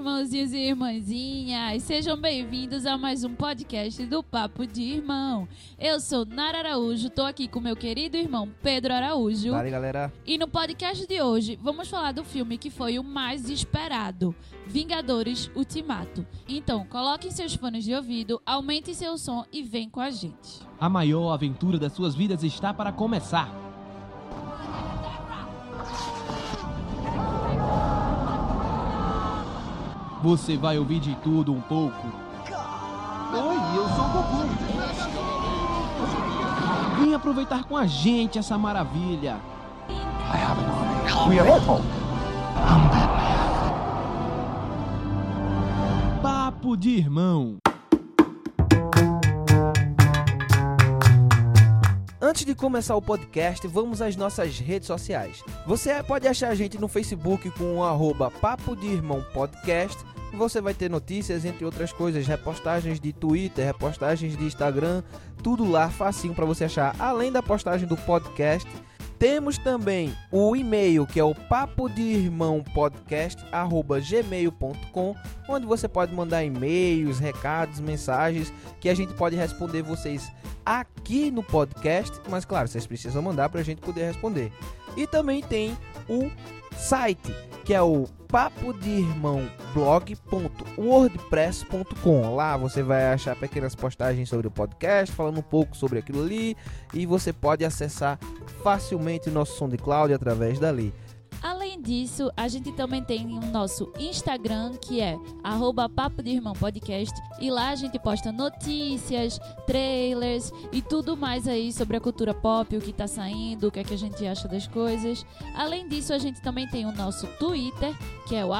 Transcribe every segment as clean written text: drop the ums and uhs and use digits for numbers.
irmãozinhos e irmãzinhas, sejam bem-vindos a mais um podcast do Papo de Irmão. Eu sou Nara Araújo, tô aqui com meu querido irmão Pedro Araújo. Vale, galera. E no podcast de hoje vamos falar do filme que foi o mais esperado, Vingadores Ultimato. Então, coloquem seus fones de ouvido, aumentem seu som e vem com a gente. A maior aventura das suas vidas está para começar. Você vai ouvir de tudo um pouco. Oi, eu sou o Goku. Vem aproveitar com a gente essa maravilha. I have an army. We are all. Papo de Irmão. Antes de começar o podcast, vamos às nossas redes sociais. Você pode achar a gente no Facebook com o @Papo de Irmão Podcast. Você vai ter notícias, entre outras coisas, repostagens de Twitter, repostagens de Instagram, tudo lá facinho para você achar, além da postagem do podcast. Temos também o e-mail, que é o papodeirmãopodcast@gmail.com, onde você pode mandar e-mails, recados, mensagens, que a gente pode responder vocês aqui no podcast, mas claro, vocês precisam mandar para a gente poder responder. E também tem o site, que é o papodeirmãoblog.wordpress.com. Lá você vai achar pequenas postagens sobre o podcast, falando um pouco sobre aquilo ali, e você pode acessar facilmente o nosso SoundCloud através dali. Além disso, a gente também tem o nosso Instagram, que é @Papo de Irmão Podcast, e lá a gente posta notícias, trailers e tudo mais aí sobre a cultura pop, o que tá saindo, o que é que a gente acha das coisas. Além disso, a gente também tem o nosso Twitter, que é o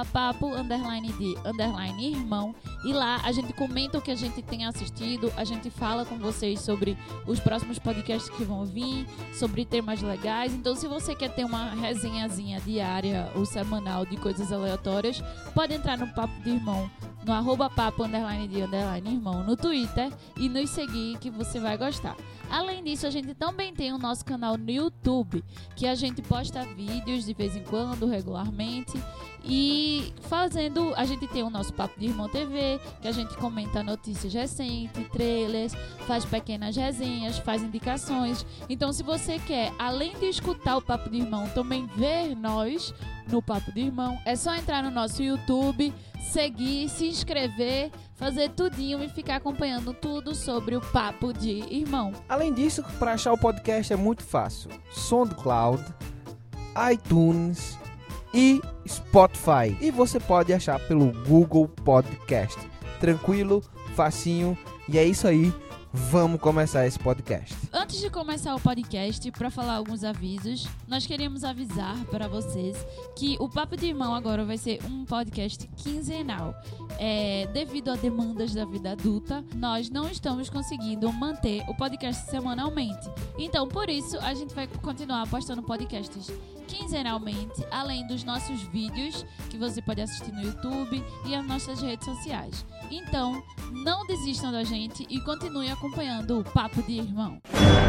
@papo_de_irmão, e lá a gente comenta o que a gente tem assistido, a gente fala com vocês sobre os próximos podcasts que vão vir, sobre temas legais. Então, se você quer ter uma resenha diária ou semanal de coisas aleatórias, pode entrar no Papo de Irmão, no @papo_de_irmão no Twitter e nos seguir, que você vai gostar. Além disso, a gente também tem o nosso canal no YouTube, que a gente posta vídeos de vez em quando, regularmente, e a gente tem o nosso Papo de Irmão TV, que a gente comenta notícias recentes, trailers, faz pequenas resenhas, faz indicações. Então, se você quer, além de escutar o Papo de Irmão, também ver nós no Papo de Irmão, é só entrar no nosso YouTube, seguir, se inscrever, fazer tudinho e ficar acompanhando tudo sobre o Papo de Irmão. Além disso, para achar o podcast é muito fácil. SoundCloud, iTunes e Spotify. E você pode achar pelo Google Podcast. Tranquilo, facinho, e é isso aí. Vamos começar esse podcast. Antes de começar o podcast, para falar alguns avisos, nós queríamos avisar para vocês que o Papo de Irmão agora vai ser um podcast quinzenal. Devido a demandas da vida adulta, nós não estamos conseguindo manter o podcast semanalmente. Então, por isso, a gente vai continuar postando podcasts quinzenalmente, além dos nossos vídeos, que você pode assistir no YouTube e as nossas redes sociais. Então, não desistam da gente e continue acompanhando o Papo de Irmão.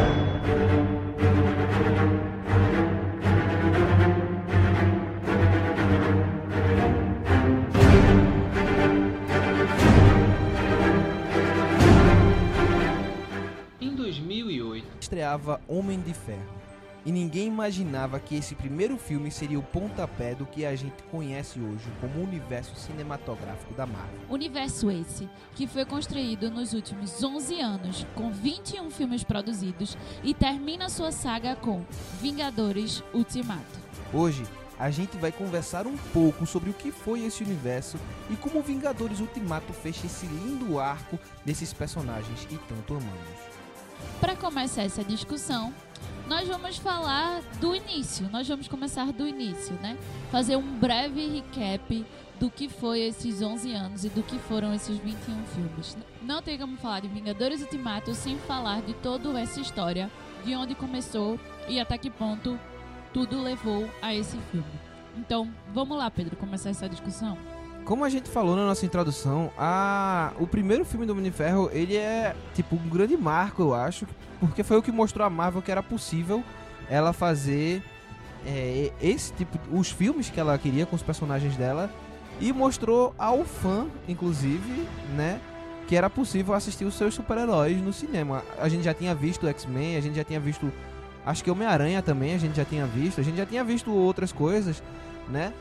Em 2008, estreava Homem de Ferro. E ninguém imaginava que esse primeiro filme seria o pontapé do que a gente conhece hoje como o universo cinematográfico da Marvel. Universo esse que foi construído nos últimos 11 anos, com 21 filmes produzidos, e termina sua saga com Vingadores Ultimato. Hoje, a gente vai conversar um pouco sobre o que foi esse universo e como Vingadores Ultimato fecha esse lindo arco desses personagens que tanto amamos. Para começar essa discussão, nós vamos falar do início, nós vamos começar do início, né? Fazer um breve recap do que foi esses 11 anos e do que foram esses 21 filmes. Não tem como falar de Vingadores Ultimato sem falar de toda essa história, de onde começou e até que ponto tudo levou a esse filme. Então, vamos lá, Pedro, começar essa discussão. Como a gente falou na nossa introdução, o primeiro filme do Homem de Ferro, ele é tipo um grande marco, eu acho, porque foi o que mostrou a Marvel que era possível ela fazer esse tipo, os filmes que ela queria com os personagens dela, E mostrou ao fã, inclusive, né, que era possível assistir os seus super-heróis no cinema. A gente já tinha visto X-Men, a gente já tinha visto, acho que Homem-Aranha também, a gente já tinha visto outras coisas, né?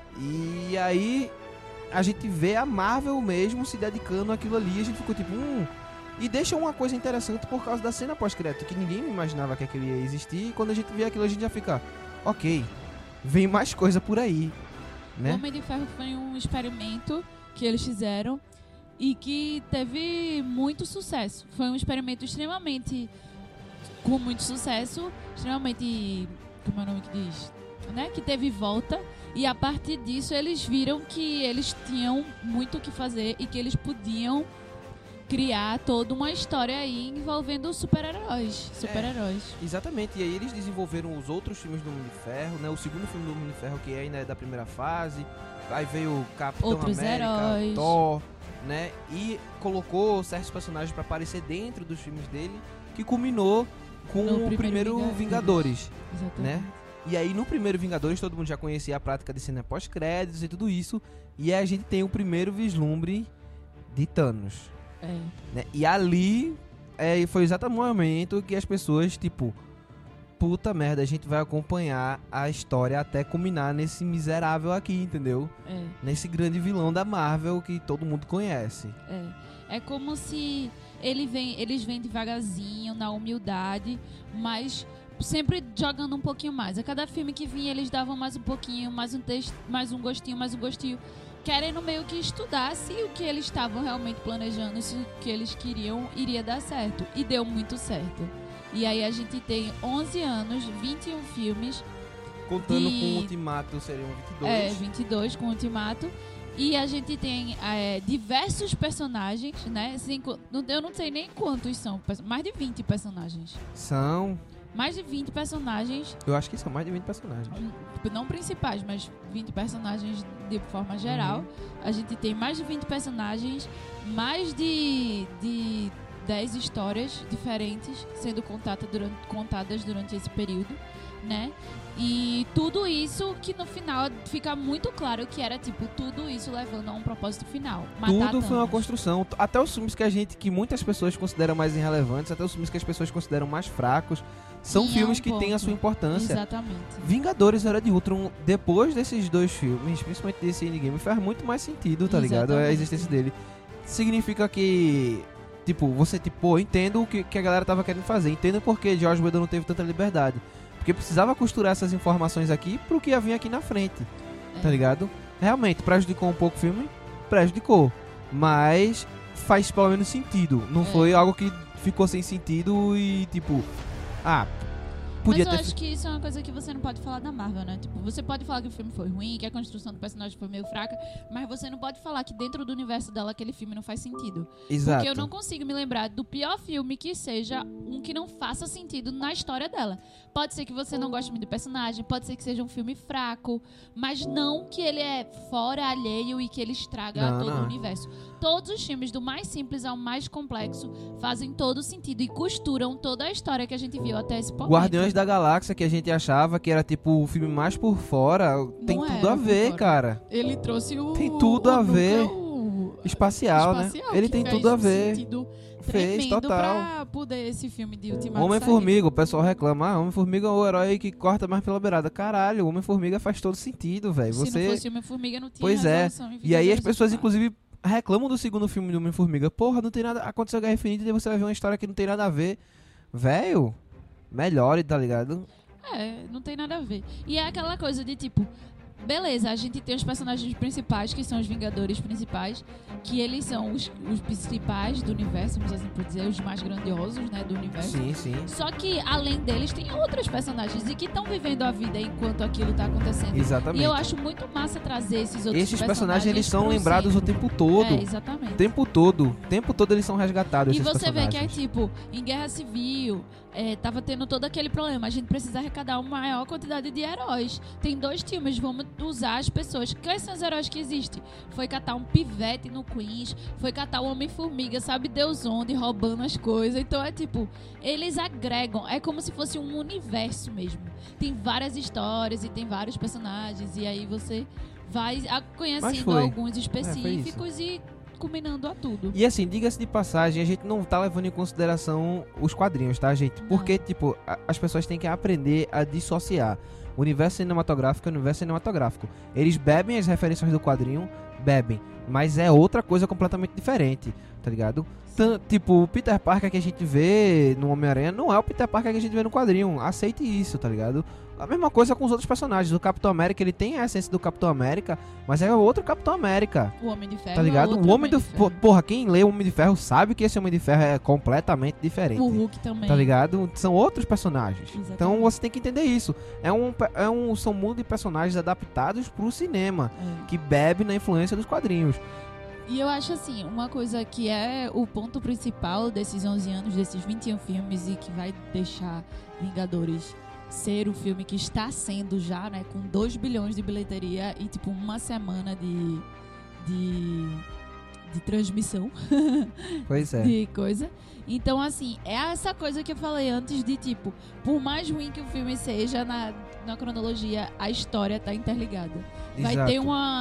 E aí a gente vê a Marvel mesmo se dedicando àquilo ali, a gente ficou tipo, E deixa uma coisa interessante por causa da cena pós-crédito, que ninguém imaginava que aquilo ia existir, e quando a gente vê aquilo a gente já fica, ok, vem mais coisa por aí, né? O Homem de Ferro foi um experimento que eles fizeram e que teve muito sucesso. Foi um experimento extremamente com muito sucesso, extremamente, como é o nome que diz, né? Que teve volta, e a partir disso eles viram que eles tinham muito o que fazer e que eles podiam criar toda uma história aí envolvendo super-heróis. Exatamente, e aí eles desenvolveram os outros filmes do Homem de Ferro, né? O segundo filme do Homem de Ferro, que ainda é da primeira fase, aí veio o Capitão Outros América, heróis. Thor, né? E colocou certos personagens pra aparecer dentro dos filmes dele, que culminou com No o primeiro Vingadores, Exatamente. né? E aí no primeiro Vingadores todo mundo já conhecia a prática de cena pós-créditos e tudo isso, e aí a gente tem o primeiro vislumbre de Thanos, né? E ali foi exatamente o momento que as pessoas, tipo, puta merda, a gente vai acompanhar a história até culminar nesse miserável aqui, entendeu? Nesse grande vilão da Marvel que todo mundo conhece. É como se eles vêm devagarzinho, na humildade, mas sempre jogando um pouquinho mais. A cada filme que vinha, eles davam mais um pouquinho, mais um texto, mais um gostinho, querendo meio que estudar se o que eles estavam realmente planejando, se o que eles queriam iria dar certo. E deu muito certo. E aí a gente tem 11 anos, 21 filmes. Contando com o Ultimato, seriam 22. 22 com o Ultimato. E a gente tem diversos personagens, né? Eu não sei nem quantos são, mais de 20 personagens. São... Mais de 20 personagens. Eu acho que são mais de 20 personagens. Não principais, mas 20 personagens de forma geral. A gente tem mais de 20 personagens, mais de 10 histórias diferentes sendo contadas durante esse período, né? E tudo isso que no final fica muito claro que era tipo tudo isso levando a um propósito final. Tudo foi uma construção. Até os filmes que muitas pessoas consideram mais irrelevantes, até os filmes que as pessoas consideram mais fracos, são filmes que têm a sua importância. Exatamente. Vingadores Era de Ultron, depois desses dois filmes, principalmente desse Endgame, faz muito mais sentido, tá ligado? A existência dele. Significa que, tipo, você, tipo, entendo o que a galera tava querendo fazer, entendo porque Joss Whedon não teve tanta liberdade. Porque precisava costurar essas informações aqui pro que ia vir aqui na frente, tá ligado? Realmente, prejudicou um pouco o filme? Prejudicou. Mas faz pelo menos sentido. Não foi algo que ficou sem sentido e, tipo... podia Mas eu acho que isso é uma coisa que você não pode falar da Marvel, né? Tipo, você pode falar que o filme foi ruim, que a construção do personagem foi meio fraca, mas você não pode falar que dentro do universo dela aquele filme não faz sentido. Exato. Porque eu não consigo me lembrar do pior filme que seja um que não faça sentido na história dela. Pode ser que você não goste muito do personagem, pode ser que seja um filme fraco, mas não que ele é fora, alheio e que ele estraga todo o universo. Todos os filmes, do mais simples ao mais complexo, fazem todo sentido e costuram toda a história que a gente viu até esse momento. Guardiões da Galáxia, que a gente achava que era tipo o filme mais por fora, tem tudo a ver, cara. Ele trouxe o... Tem tudo a ver. Espacial, né? Ele tem tudo a ver. Fez, total. Pra poder esse filme de Ultimato Homem-Formiga, o pessoal reclama, Homem-Formiga é o herói que corta mais pela beirada. Caralho, Homem-Formiga faz todo sentido, velho. Se não fosse Homem-Formiga, não tinha Pois é. E aí as pessoas, inclusive inclusive, reclamam do segundo filme do Homem-Formiga. Porra, não tem nada... Aconteceu Guerra Infinita e você vai ver uma história que não tem nada a ver. Velho, melhore, tá ligado? Não tem nada a ver. E é aquela coisa de tipo... Beleza, a gente tem os personagens principais, que são os Vingadores principais, que eles são os principais do universo, vamos assim por dizer, os mais grandiosos, né, do universo. Sim, sim. Só que, além deles, tem outros personagens e que estão vivendo a vida enquanto aquilo tá acontecendo. Exatamente. E eu acho muito massa trazer esses outros personagens, eles são lembrados o tempo todo. Exatamente. O tempo todo eles são resgatados, e esses você vê que é personagens. tipo, em Guerra Civil, tava tendo todo aquele problema. A gente precisa arrecadar uma maior quantidade de heróis. Tem 2 filmes, vamos usar as pessoas. Quais são os heróis que existem? Foi catar um pivete no Queens, foi catar o Homem-Formiga, sabe Deus onde, roubando as coisas. Então é tipo, eles agregam, é como se fosse um universo mesmo. Tem várias histórias e tem vários personagens, e aí você vai conhecendo alguns específicos e combinando a tudo. E assim, diga-se de passagem, a gente não tá levando em consideração os quadrinhos, tá, gente? Porque, tipo, as pessoas têm que aprender a dissociar o universo cinematográfico e o universo cinematográfico. Eles bebem as referências do quadrinho, mas é outra coisa completamente diferente, tá ligado? Tipo, o Peter Parker que a gente vê no Homem-Aranha não é o Peter Parker que a gente vê no quadrinho. Aceite isso, tá ligado? A mesma coisa com os outros personagens. O Capitão América, ele tem a essência do Capitão América, mas é outro Capitão América. O Homem de Ferro, tá ligado? O Homem de Ferro. Porra, quem lê o Homem de Ferro sabe que esse Homem de Ferro é completamente diferente. O Hulk também. Tá ligado? São outros personagens. Exatamente. Então você tem que entender isso. São um mundo de personagens adaptados pro cinema, que bebe na influência dos quadrinhos. E eu acho assim, uma coisa que é o ponto principal desses 11 anos, desses 21 filmes, e que vai deixar Vingadores ser o filme que está sendo já, né, com 2 bilhões de bilheteria e tipo uma semana de transmissão. Pois é. De coisa. Então, assim, é essa coisa que eu falei antes de tipo, por mais ruim que o filme seja na cronologia, a história tá interligada. Vai ter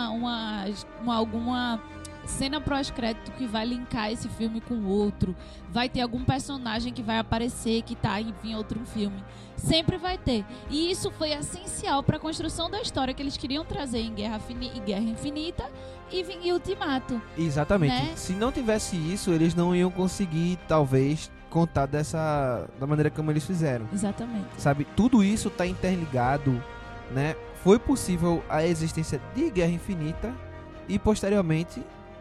alguma cena pós-crédito que vai linkar esse filme com o outro. Vai ter algum personagem que vai aparecer que tá em outro filme. Sempre vai ter. E isso foi essencial para a construção da história que eles queriam trazer em Guerra Infinita e Ultimato. Exatamente. Né? Se não tivesse isso, eles não iam conseguir, talvez, contar da maneira como eles fizeram. Exatamente. Sabe? Tudo isso tá interligado, né? Foi possível a existência de Guerra Infinita e, posteriormente,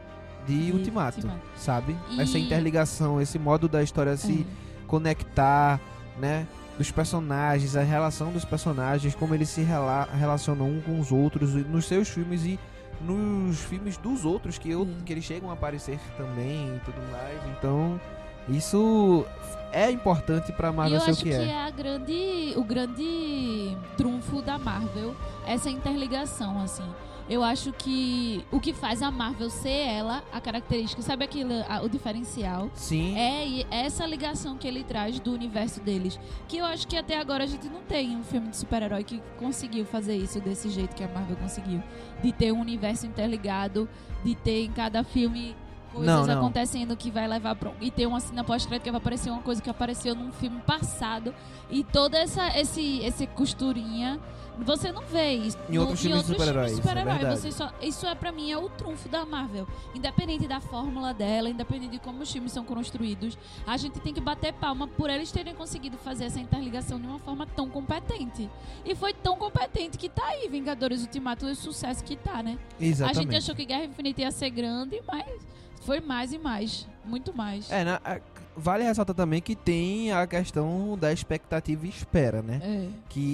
de Ultimato, sabe? Essa interligação, esse modo da história se conectar, né? Dos personagens, a relação dos personagens, como eles se relacionam uns com os outros nos seus filmes e nos filmes dos outros que eles chegam a aparecer também e tudo mais. Então, isso é importante pra Marvel ser o que é. Eu acho que é o grande trunfo da Marvel, essa interligação, assim. Eu acho que o que faz a Marvel ser ela, a característica, sabe o diferencial? Sim. É essa ligação que ele traz do universo deles. Que eu acho que até agora a gente não tem um filme de super-herói que conseguiu fazer isso desse jeito que a Marvel conseguiu. De ter um universo interligado, de ter em cada filme coisas acontecendo que vai levar pra... E ter uma cena pós-crédito que vai aparecer uma coisa que apareceu num filme passado. E toda essa costurinha... Você não vê isso em outros filmes de super-heróis. Isso pra mim é o trunfo da Marvel. Independente da fórmula dela, independente de como os filmes são construídos, a gente tem que bater palma por eles terem conseguido fazer essa interligação de uma forma tão competente. E foi tão competente que tá aí Vingadores Ultimato, o sucesso que tá, né? Exatamente. A gente achou que Guerra Infinita ia ser grande, mas foi mais e mais. Muito mais. Vale ressaltar também que tem a questão da expectativa e espera, né?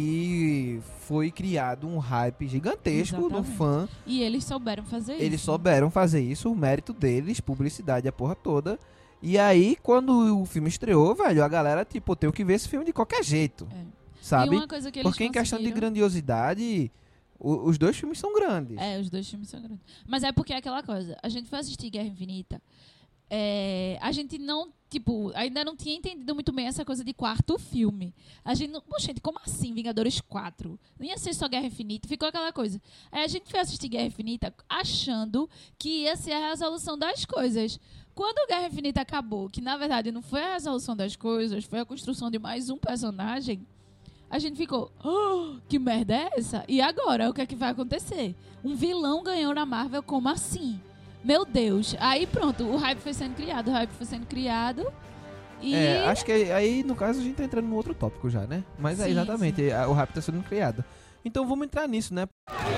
Que foi criado um hype gigantesco do fã. E eles souberam fazer isso. Eles souberam fazer isso, o mérito deles, publicidade, a porra toda. E aí, quando o filme estreou, velho, a galera, tipo, tem que ver esse filme de qualquer jeito. Sabe? E uma coisa que eles Porque em questão de grandiosidade... Os dois filmes são grandes. Os dois filmes são grandes. Mas é porque é aquela coisa. A gente foi assistir Guerra Infinita. A gente não, ainda não tinha entendido muito bem essa coisa de quarto filme. A gente não... Gente, como assim Vingadores 4? Não ia ser só Guerra Infinita. Ficou aquela coisa. Aí a gente foi assistir Guerra Infinita achando que ia ser a resolução das coisas. Quando Guerra Infinita acabou, que na verdade não foi a resolução das coisas, foi a construção de mais um personagem... A gente ficou, que merda é essa? E agora, o que é que vai acontecer? Um vilão ganhou na Marvel, como assim? Meu Deus. Aí pronto, o hype foi sendo criado, e... acho que aí, no caso, a gente tá entrando num outro tópico já, né? Mas sim, exatamente, o hype tá sendo criado. Então vamos entrar nisso, né?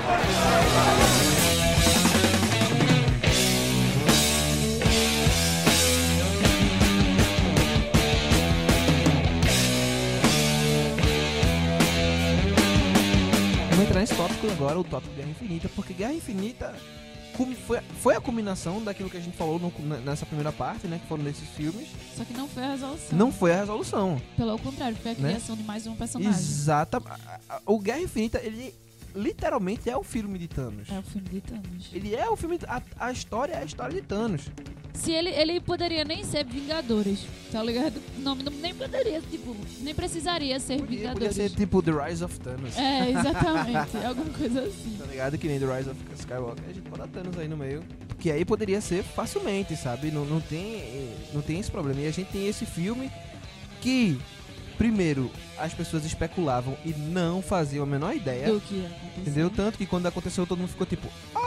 Entrar nesse tópico agora, o tópico Guerra Infinita, porque Guerra Infinita foi a combinação daquilo que a gente falou nessa primeira parte, né, que foram desses filmes. Só que não foi a resolução. Não foi a resolução. Pelo contrário, foi a criação de mais um personagem. Exato. O Guerra Infinita, literalmente é o filme de Thanos. É o filme de Thanos. Ele é o filme... A história é a história de Thanos. Se ele poderia nem ser Vingadores, tá ligado? O nome nem poderia, tipo, nem precisaria ser Podia Vingadores. ser tipo The Rise of Thanos. É, exatamente. Alguma coisa assim. Tá ligado? Que nem The Rise of Skywalker. A gente pode dar Thanos aí no meio. Que aí poderia ser facilmente, sabe? Não tem esse problema. E a gente tem esse filme que, primeiro, as pessoas especulavam e não faziam a menor ideia. Do que aconteceu. Entendeu? Tanto que quando aconteceu, todo mundo ficou tipo...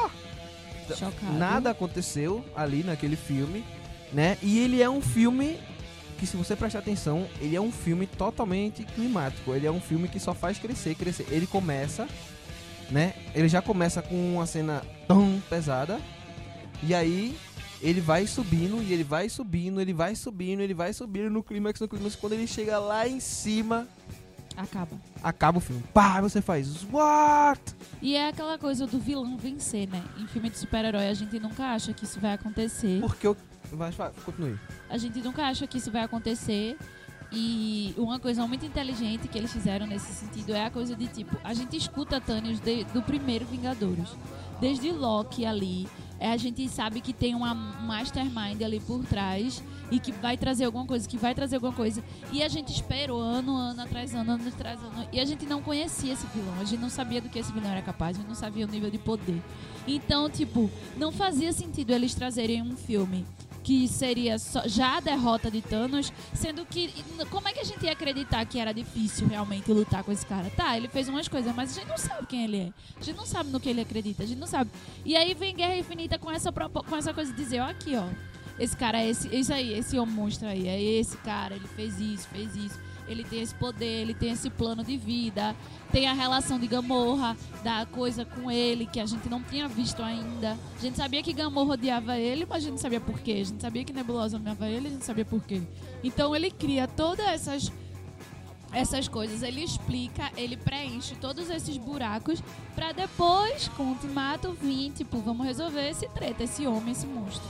Chocado. Nada aconteceu ali naquele filme, né? E ele é um filme que, se você prestar atenção, ele é um filme totalmente climático. Ele é um filme que só faz crescer. Ele começa, né? Ele já começa com uma cena tão pesada. E aí ele vai subindo, e ele vai subindo, ele vai subindo, ele vai subindo no clímax. Quando ele chega lá em cima, acaba o filme. Pá, você faz what? E é aquela coisa do vilão vencer, né? Em filme de super-herói a gente nunca acha que isso vai acontecer. Porque eu... Continue. A gente nunca acha que isso vai acontecer. E uma coisa muito inteligente que eles fizeram nesse sentido é a coisa de tipo, a gente escuta Thanos do primeiro Vingadores. Desde Loki ali, a gente sabe que tem uma mastermind ali por trás e que vai trazer alguma coisa, e a gente esperou ano atrás ano, e a gente não conhecia esse vilão, a gente não sabia do que esse vilão era capaz, a gente não sabia o nível de poder. Então, tipo, não fazia sentido eles trazerem um filme que seria já a derrota de Thanos, sendo que como é que a gente ia acreditar que era difícil realmente lutar com esse cara? Tá, ele fez umas coisas, mas a gente não sabe quem ele é. A gente não sabe no que ele acredita, a gente não sabe. E aí vem Guerra Infinita com essa coisa de dizer, ó, aqui, ó, esse cara é esse monstro aí, é esse cara, ele fez isso. Ele tem esse poder, ele tem esse plano de vida, tem a relação de Gamorra, da coisa com ele, que a gente não tinha visto ainda. A gente sabia que Gamorra odiava ele, mas a gente não sabia por quê. A gente sabia que Nebulosa amava ele, a gente não sabia por quê. Então ele cria todas essas coisas, ele explica, ele preenche todos esses buracos pra depois, com o Ultimato, vir, tipo, vamos resolver esse treta, esse homem, esse monstro.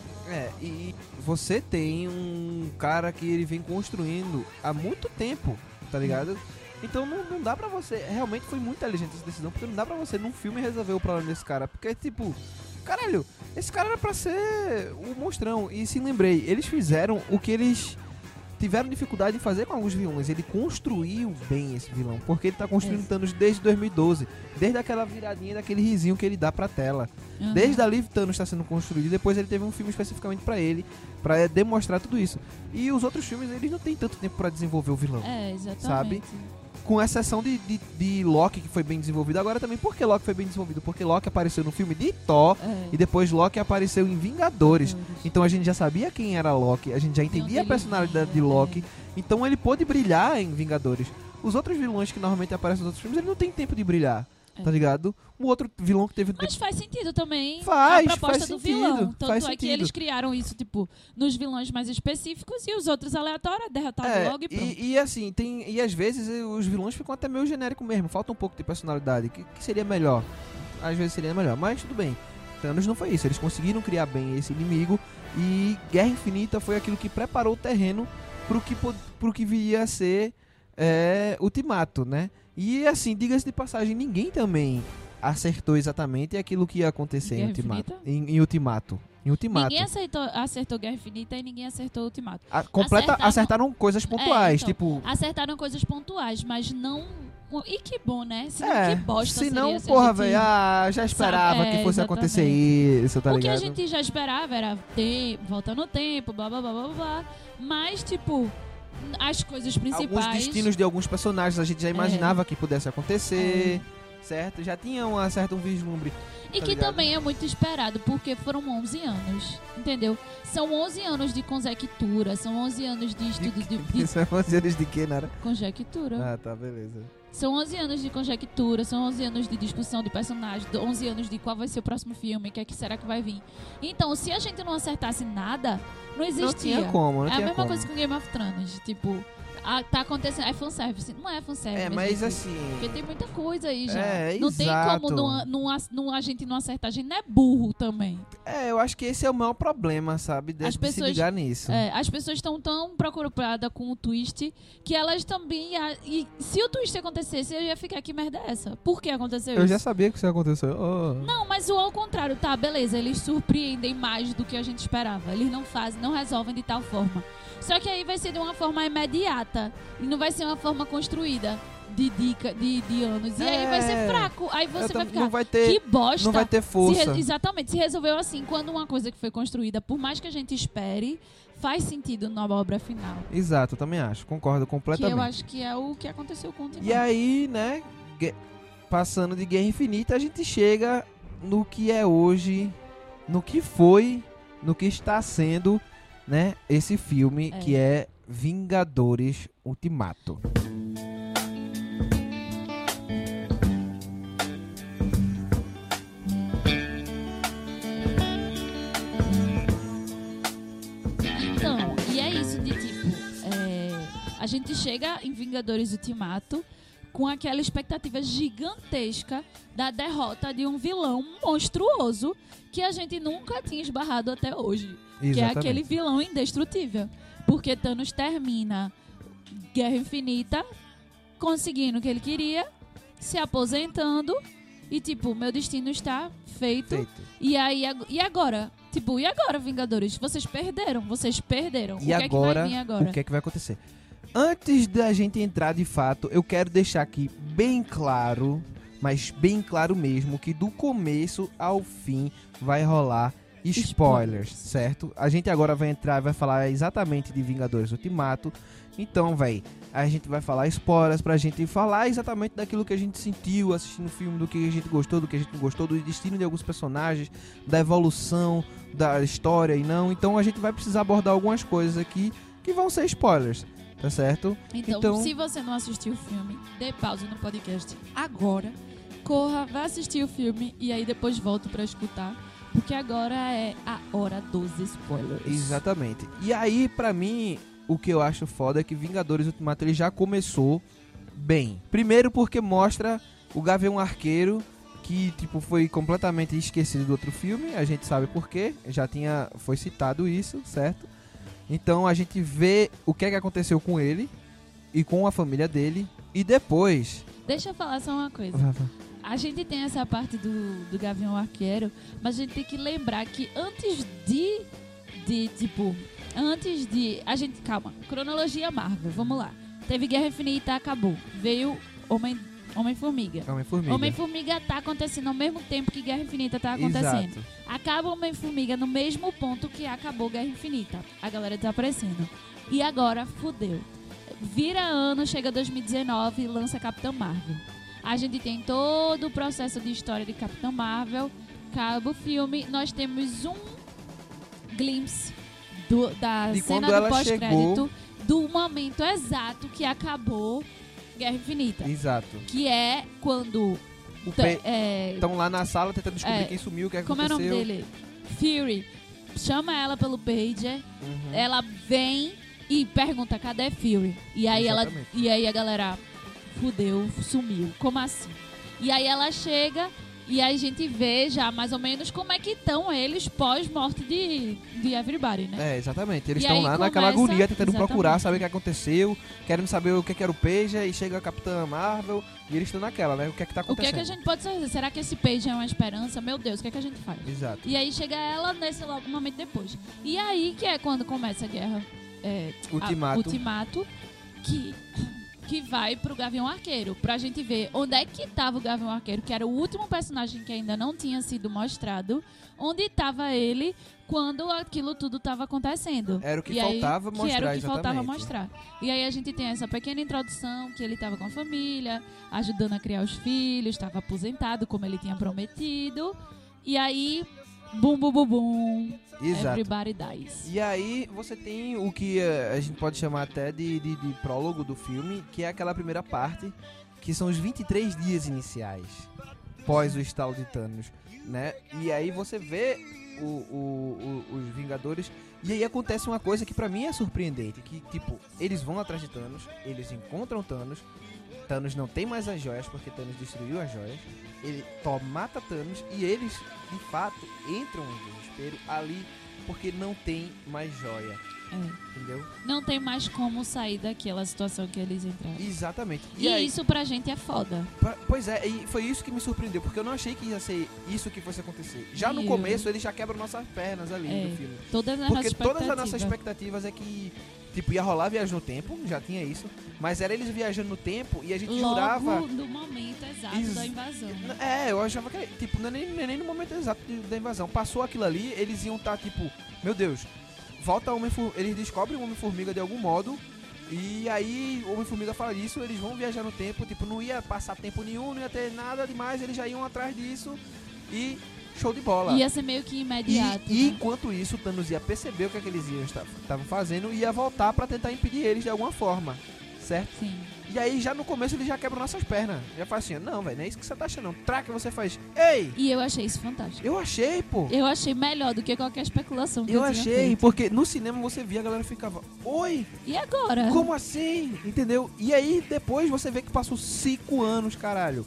E você tem um cara que ele vem construindo há muito tempo, tá ligado? Então não dá pra você... Realmente foi muito inteligente essa decisão, porque não dá pra você, num filme, resolver o problema desse cara. Porque, tipo, caralho, esse cara era pra ser o monstrão. E se lembrei, eles fizeram o que eles tiveram dificuldade de fazer com alguns vilões. Ele construiu bem esse vilão, porque ele tá construindo Thanos desde 2012. Desde aquela viradinha, daquele risinho que ele dá pra tela. Desde ali Thanos está sendo construído. Depois ele teve um filme especificamente pra ele, pra demonstrar tudo isso. E os outros filmes, eles não tem tanto tempo pra desenvolver o vilão. Exatamente. Sabe? Com exceção de Loki, que foi bem desenvolvido. Agora também, por que Loki foi bem desenvolvido? Porque Loki apareceu no filme de Thor e depois Loki apareceu em Vingadores. Então a gente já sabia quem era Loki, a gente já entendia a personalidade de Loki. Então ele pôde brilhar em Vingadores. Os outros vilões que normalmente aparecem nos outros filmes, ele não tem tempo de brilhar. Tá ligado? Um outro vilão que teve... Mas faz sentido também a proposta do vilão. Tanto é que sentido. eles criaram isso, tipo, nos vilões mais específicos e os outros aleatórios, derrotaram logo e pronto. E assim, e às vezes os vilões ficam até meio genérico mesmo. Falta um pouco de personalidade. Que seria melhor? Às vezes seria melhor, mas tudo bem. Thanos não foi isso. Eles conseguiram criar bem esse inimigo e Guerra Infinita foi aquilo que preparou o terreno pro que viria a ser Ultimato, né? E assim, diga-se de passagem, ninguém também acertou exatamente aquilo que ia acontecer em Ultimato. Em Ultimato. Ninguém acertou Guerra Infinita e ninguém acertou Ultimato. Acertaram coisas pontuais, então, tipo... Acertaram coisas pontuais, mas não... E que bom, né? Senão que bosta se não, seria se porra, velho, já esperava que fosse acontecer isso, tá ligado? O que a gente já esperava era volta no tempo, blá, blá, blá, blá, blá. Mas, tipo... As coisas principais... Alguns destinos de alguns personagens a gente já imaginava que pudesse acontecer, certo? Já tinha um certo vislumbre. E que também é muito esperado, porque foram 11 anos, entendeu? São 11 anos de conjectura, são 11 anos de estudo São 11 anos de quê, Nara? Conjectura. Ah, tá, beleza. São 11 anos de conjectura, são 11 anos de discussão de personagens, 11 anos de qual vai ser o próximo filme, o que é que será que vai vir. Então, se a gente não acertasse nada, não existia. Não tinha como, É a mesma coisa com Game of Thrones, tipo... tá acontecendo. É fanservice. Não é fanservice. Mas gente. assim... Porque tem muita coisa aí já. É, não exato. tem como a gente não acertar. A gente não é burro também. eu acho que esse é o maior problema, sabe? De se ligar nisso. As pessoas estão tão preocupadas com o twist que elas também... E se o twist acontecesse, eu ia ficar, que merda é essa? Por que aconteceu isso? Eu já sabia que isso ia acontecer. Não, mas o ao contrário, tá, beleza. Eles surpreendem mais do que a gente esperava. Eles não resolvem de tal forma. Só que aí vai ser de uma forma imediata. E não vai ser uma forma construída de anos. E aí vai ser fraco. Aí você vai ficar, não vai ter, que bosta. Não vai ter força. Exatamente. Se resolveu assim, quando uma coisa que foi construída, por mais que a gente espere, faz sentido na obra final. Exato, eu também acho. Concordo completamente. Que eu acho que é o que aconteceu com o Ultimato. E aí, né, passando de Guerra Infinita, a gente chega no que é hoje, no que foi, no que está sendo, né, esse filme que é Vingadores Ultimato. Então, e é isso de tipo, a gente chega em Vingadores Ultimato com aquela expectativa gigantesca da derrota de um vilão monstruoso que a gente nunca tinha esbarrado até hoje. Exatamente. Que é aquele vilão indestrutível. Porque Thanos termina Guerra Infinita conseguindo o que ele queria, se aposentando e tipo, meu destino está feito. E aí, e agora? Tipo, e agora, Vingadores? Vocês perderam. E o que é que vai vir agora? O que é que vai acontecer? Antes da gente entrar de fato, eu quero deixar aqui bem claro, mas bem claro mesmo, que do começo ao fim vai rolar spoilers, certo? A gente agora vai entrar e vai falar exatamente de Vingadores Ultimato. Então, a gente vai falar spoilers pra gente falar exatamente daquilo que a gente sentiu assistindo o filme, do que a gente gostou, do que a gente não gostou, do destino de alguns personagens, da evolução da história e não. Então a gente vai precisar abordar algumas coisas aqui que vão ser spoilers. Tá certo? Então, se você não assistiu o filme, dê pausa no podcast agora, corra, vá assistir o filme e aí depois volta pra escutar, porque agora é a hora dos spoilers. Exatamente. E aí, pra mim, o que eu acho foda é que Vingadores Ultimato ele já começou bem. Primeiro porque mostra o Gavião Arqueiro, que tipo foi completamente esquecido do outro filme, a gente sabe por quê, foi citado isso, certo? Então a gente vê o que é que aconteceu com ele e com a família dele. E depois... Deixa eu falar só uma coisa. A gente tem essa parte do Gavião Arqueiro, mas a gente tem que lembrar que antes calma, cronologia Marvel, vamos lá. Teve Guerra Infinita, acabou. Veio Homem-Formiga. Homem-Formiga tá acontecendo ao mesmo tempo que Guerra Infinita tá acontecendo. Exato. Acaba Homem-Formiga no mesmo ponto que acabou Guerra Infinita. A galera desaparecendo. E agora, fudeu. Vira ano, chega 2019 e lança Capitã Marvel. A gente tem todo o processo de história de Capitã Marvel. Acaba o filme. Nós temos um glimpse da cena do pós-crédito do momento exato que acabou Guerra Infinita. Exato. Que é quando estão lá na sala tentando descobrir quem sumiu, o que aconteceu. Como é o nome dele? Fury. Chama ela pelo pager. Ela vem e pergunta, cadê Fury? E aí a galera, fudeu, sumiu. Como assim? E aí ela chega e aí a gente vê já mais ou menos como é que estão eles pós-morte de Everybody, né? Exatamente. Eles estão lá naquela agonia tentando procurar, saber o que aconteceu, querendo saber o que era o pager, e chega a Capitã Marvel e eles estão naquela, né? O que é que tá acontecendo? O que é que a gente pode fazer? Será que esse pager é uma esperança? Meu Deus, o que é que a gente faz? Exato. E aí chega ela nesse logo momento depois. E aí que é quando começa a guerra Ultimato, que vai pro Gavião Arqueiro, pra gente ver onde é que tava o Gavião Arqueiro, que era o último personagem que ainda não tinha sido mostrado, onde tava ele quando aquilo tudo tava acontecendo. Era o que faltava mostrar, que era o que exatamente. faltava mostrar. E aí a gente tem essa pequena introdução, que ele tava com a família, ajudando a criar os filhos, tava aposentado, como ele tinha prometido, e aí... Bum, bum, bum, bum. Exato. Everybody dies. E aí você tem o que a gente pode chamar até de prólogo do filme, que é aquela primeira parte, que são os 23 dias iniciais, pós o estalo de Thanos, né? E aí você vê os Vingadores. E aí acontece uma coisa que pra mim é surpreendente. Que, tipo, eles vão atrás de Thanos, eles encontram Thanos. Thanos não tem mais as joias, porque Thanos destruiu as joias. Ele mata Thanos e eles, de fato, entram em desespero ali porque não tem mais joia. Entendeu? Não tem mais como sair daquela situação que eles entraram. Exatamente. E aí, isso pra gente é foda. Pois é, e foi isso que me surpreendeu, porque eu não achei que ia ser isso que fosse acontecer. Já no começo, eles já quebram nossas pernas ali no filme. Porque todas as nossas expectativas é que, tipo, ia rolar viagem no tempo, já tinha isso, mas era eles viajando no tempo e a gente jurava... Logo no momento exato da invasão. Eu achava que, tipo, não é nem no momento exato da invasão. Passou aquilo ali, eles iam estar, tipo, meu Deus... Volta eles descobrem o Homem-Formiga de algum modo. E aí o Homem-Formiga fala isso. Eles vão viajar no tempo. Tipo, não ia passar tempo nenhum. Não ia ter nada demais. Eles já iam atrás disso. E show de bola. Ia ser meio que imediato. E enquanto isso, o Thanos ia perceber o que eles estavam fazendo. E ia voltar pra tentar impedir eles de alguma forma. Certo? Sim. E aí já no começo ele já quebra nossas pernas. Já faz assim, não, velho, não é isso que você tá achando não. Traca, você faz, ei! E eu achei isso fantástico. Eu achei, pô. Eu achei melhor do que qualquer especulação que eu tinha achei, feito. porque no cinema você via, a galera ficava, oi! E agora? Como assim? Entendeu? E aí depois você vê que passou 5 anos, caralho.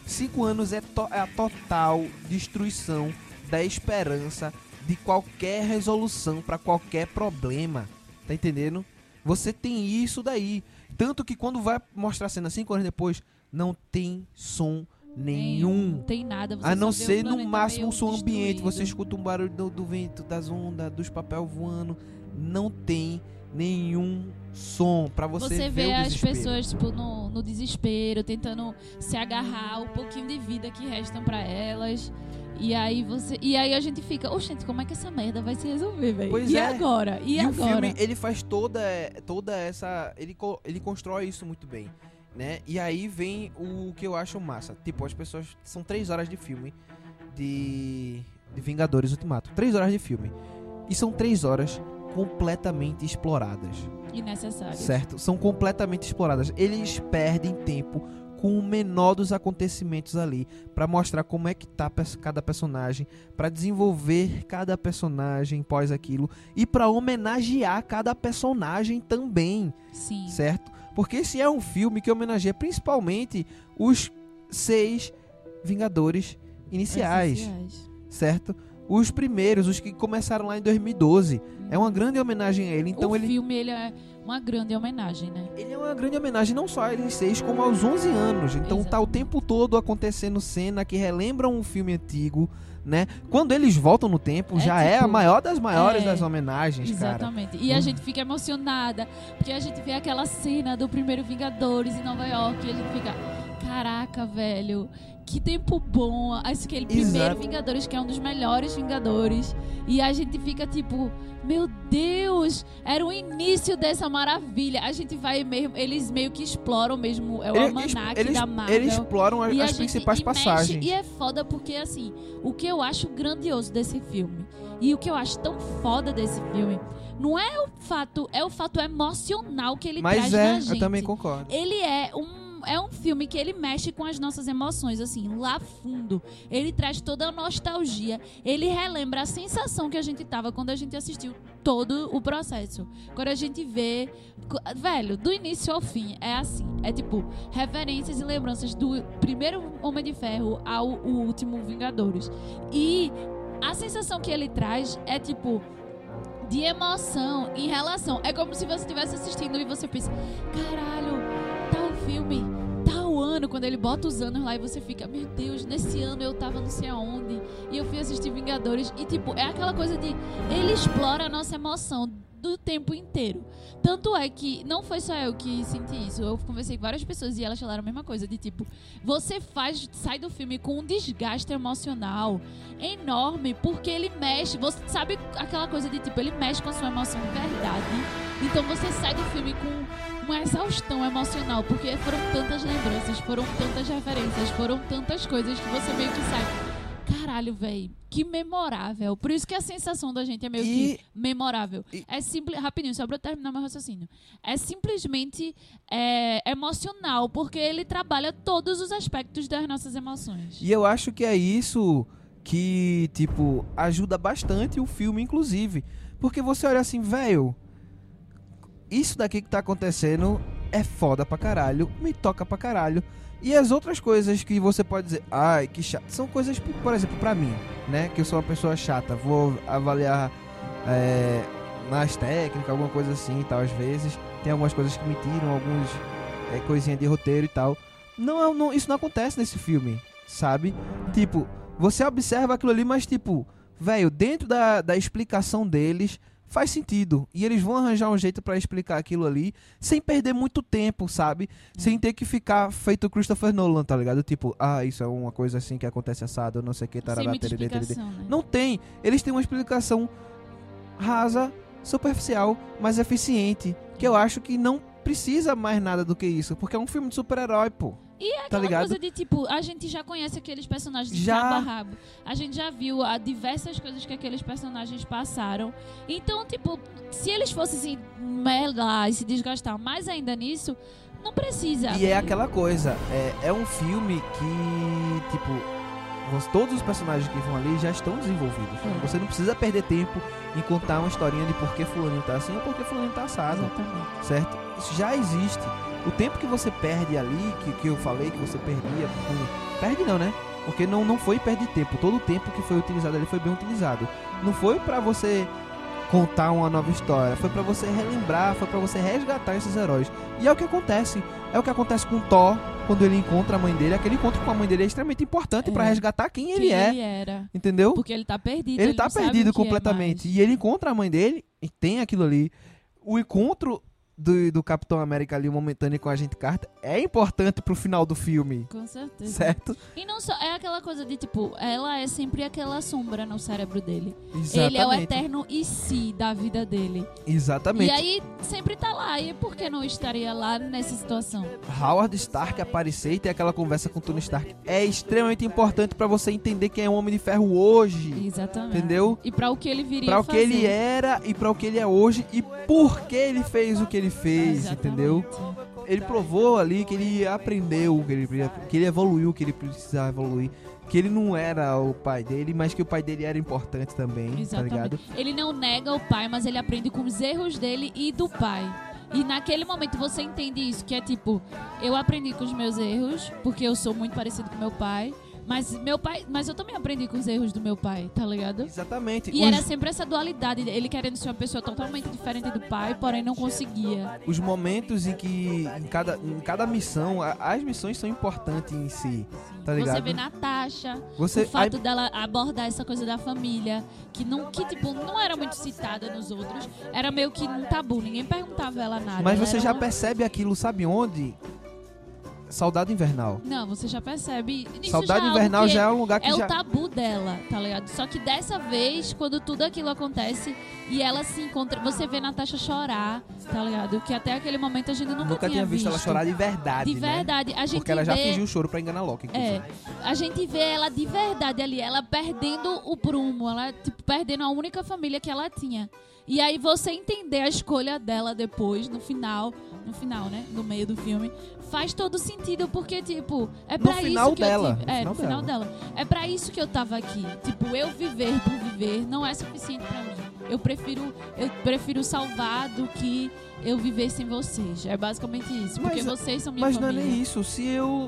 5 anos é a total destruição da esperança de qualquer resolução pra qualquer problema. Tá entendendo? Você tem isso daí. Tanto que quando vai mostrar a cena 5 anos depois, não tem som nenhum. Não tem nada. Você a não só vê ser o no planeta máximo um meio som ambiente. destruído. Você escuta um barulho do vento, das ondas, dos papéis voando. Não tem nenhum som pra você ver vê o as desespero. pessoas tipo, no desespero, tentando se agarrar ao pouquinho de vida que restam pra elas. E aí a gente fica, oxente, como é que essa merda vai se resolver, velho? Pois E é. agora? E o agora? filme, ele faz toda essa... Ele constrói isso muito bem, né? E aí vem o que eu acho massa. Tipo, as pessoas... São 3 horas de filme de Vingadores Ultimato. 3 horas de filme. E são 3 horas completamente exploradas. Innecessário. Certo? São completamente exploradas. Eles perdem tempo com o menor dos acontecimentos ali, pra mostrar como é que tá cada personagem, pra desenvolver cada personagem pós aquilo e pra homenagear cada personagem também. Sim. Certo? Porque esse é um filme que homenageia principalmente os 6 Vingadores iniciais. Certo? Os primeiros, os que começaram lá em 2012. É uma grande homenagem a ele. Então o filme, ele é uma grande homenagem, né? Ele é uma grande homenagem não só a eles 6, como aos 11 anos. Então Exatamente. Tá o tempo todo acontecendo cena que relembram um filme antigo, né? Quando eles voltam no tempo, já é a maior das maiores das homenagens, exatamente. cara. E a gente fica emocionada, porque a gente vê aquela cena do primeiro Vingadores em Nova York e a gente fica, caraca, velho, que tempo bom. Aquele primeiro Vingadores, que é um dos melhores Vingadores. E a gente fica tipo, meu Deus, era o início dessa maravilha. A gente vai mesmo, eles meio que exploram mesmo, o almanaque da Marvel. Eles exploram as principais passagens. E é foda porque, assim, o que eu acho grandioso desse filme e o que eu acho tão foda desse filme não é o fato emocional que ele traz na gente. Eu também concordo. Ele é um filme que ele mexe com as nossas emoções, assim, lá fundo. Ele traz toda a nostalgia. Ele relembra a sensação que a gente tava quando a gente assistiu todo o processo. Quando a gente vê... Velho, do início ao fim, é assim. É tipo, referências e lembranças do primeiro Homem de Ferro ao último Vingadores. E a sensação que ele traz é tipo... de emoção em relação... É como se você estivesse assistindo e você pensa... Caralho, tal filme, tal ano, quando ele bota os anos lá e você fica, meu Deus, nesse ano eu tava não sei aonde e eu fui assistir Vingadores e tipo, é aquela coisa de ele explora a nossa emoção do tempo inteiro. Tanto é que não foi só eu que senti isso, eu conversei com várias pessoas e elas falaram a mesma coisa, de tipo, você sai do filme com um desgaste emocional enorme, porque ele mexe, você sabe aquela coisa de tipo, ele mexe com a sua emoção de verdade, então você sai do filme com uma exaustão emocional, porque foram tantas lembranças, foram tantas referências, foram tantas coisas que você meio que sai, caralho, velho, que memorável. Por isso que a sensação da gente é meio que memorável. É simples, rapidinho, só pra eu terminar meu raciocínio. É simplesmente emocional, porque ele trabalha todos os aspectos das nossas emoções. E eu acho que é isso que, tipo, ajuda bastante o filme, inclusive. Porque você olha assim, velho, isso daqui que tá acontecendo é foda pra caralho, me toca pra caralho. E as outras coisas que você pode dizer, ai, que chato, são coisas, por exemplo, pra mim, né, que eu sou uma pessoa chata, vou avaliar nas técnicas, alguma coisa assim e tal, às vezes. Tem algumas coisas que me tiram, algumas coisinhas de roteiro e tal. Não, isso não acontece nesse filme, sabe? Tipo, você observa aquilo ali, mas tipo, velho, dentro da explicação deles, faz sentido. E eles vão arranjar um jeito pra explicar aquilo ali, sem perder muito tempo, sabe? Sem ter que ficar feito Christopher Nolan, tá ligado? Tipo, isso é uma coisa assim que acontece assado, não sei o que, tarará, Sem muita tererê, tererê. explicação, né? Não tem. Eles têm uma explicação rasa, superficial, mas eficiente. Que eu acho que não precisa mais nada do que isso. Porque é um filme de super-herói, pô. E é Tá aquela ligado? coisa de, tipo, a gente já conhece aqueles personagens de Já. cabo a rabo. A gente já viu diversas coisas que aqueles personagens passaram. Então, tipo, se eles fossem se melar e se desgastar mais ainda nisso, não precisa. E é aquela coisa. É um filme que, tipo, todos os personagens que vão ali já estão desenvolvidos. Você não precisa perder tempo em contar uma historinha de por que fulaninho tá assim ou por que fulaninho tá assado. Exatamente. Certo? Isso já existe. O tempo que você perde ali, que eu falei que você perdia, perde não, né? Porque não foi perder tempo. Todo o tempo que foi utilizado ali foi bem utilizado. Não foi pra você contar uma nova história, foi pra você relembrar, foi pra você resgatar esses heróis. E é o que acontece. É o que acontece com Thor, quando ele encontra a mãe dele. Aquele encontro com a mãe dele é extremamente importante pra resgatar quem ele é. Ele era. Entendeu? Porque ele tá perdido. Ele tá não sabe perdido o que é completamente. mais. E ele encontra a mãe dele e tem aquilo ali. O encontro do Capitão América ali momentâneo com a Agente Carter é importante pro final do filme. Com certeza. Certo? E não só, é aquela coisa de, tipo, ela é sempre aquela sombra no cérebro dele. Exatamente. Ele é o eterno e si da vida dele. Exatamente. E aí sempre tá lá. E por que não estaria lá nessa situação? Howard Stark aparecer e ter aquela conversa com Tony Stark é extremamente importante pra você entender quem é o Homem de Ferro hoje. Exatamente. Entendeu? E pra o que ele viria Pra o fazer. que ele era e pra o que ele é hoje e por que ele fez o que ele fez, Exatamente. entendeu? Ele provou ali que ele aprendeu, que ele evoluiu, que ele precisava evoluir, que ele não era o pai dele, mas que o pai dele era importante também, tá Exatamente. ligado? Ele não nega o pai, mas ele aprende com os erros dele e do pai. E naquele momento você entende isso, que é tipo, eu aprendi com os meus erros, porque eu sou muito parecido com meu pai, mas eu também aprendi com os erros do meu pai, tá ligado? Exatamente. E era sempre essa dualidade, ele querendo ser uma pessoa totalmente diferente do pai, porém não conseguia. Os momentos em que em cada missão, as missões são importantes em si, tá ligado? Você vê Natasha, Você- o fato dela abordar essa coisa da família, que tipo, não era muito citada nos outros, era meio que um tabu, ninguém perguntava a ela nada. Mas ela você era já uma- percebe aquilo, sabe onde? Soldado Invernal. Não, você já percebe. Isso Soldado já é algo Invernal que já é um lugar que é já... o tabu dela, tá ligado? Só que dessa vez, quando tudo aquilo acontece e ela se encontra, você vê Natasha chorar, tá ligado? Que até aquele momento a gente nunca tinha visto ela chorar de verdade, De né? verdade. A gente Porque ela já vê... fingiu o choro pra enganar Loki, inclusive. A gente vê ela de verdade ali, ela perdendo o prumo, ela tipo, perdendo a única família que ela tinha. E aí você entender a escolha dela depois, no final, né? No meio do filme, faz todo sentido, porque, tipo, é pra final isso que dela, eu tive. no No final dela. É pra isso que eu tava aqui. Tipo, eu viver por viver não é suficiente pra mim. Eu prefiro salvar do que eu viver sem vocês. É basicamente isso. Porque vocês são minha Mas família. não é nem isso. Se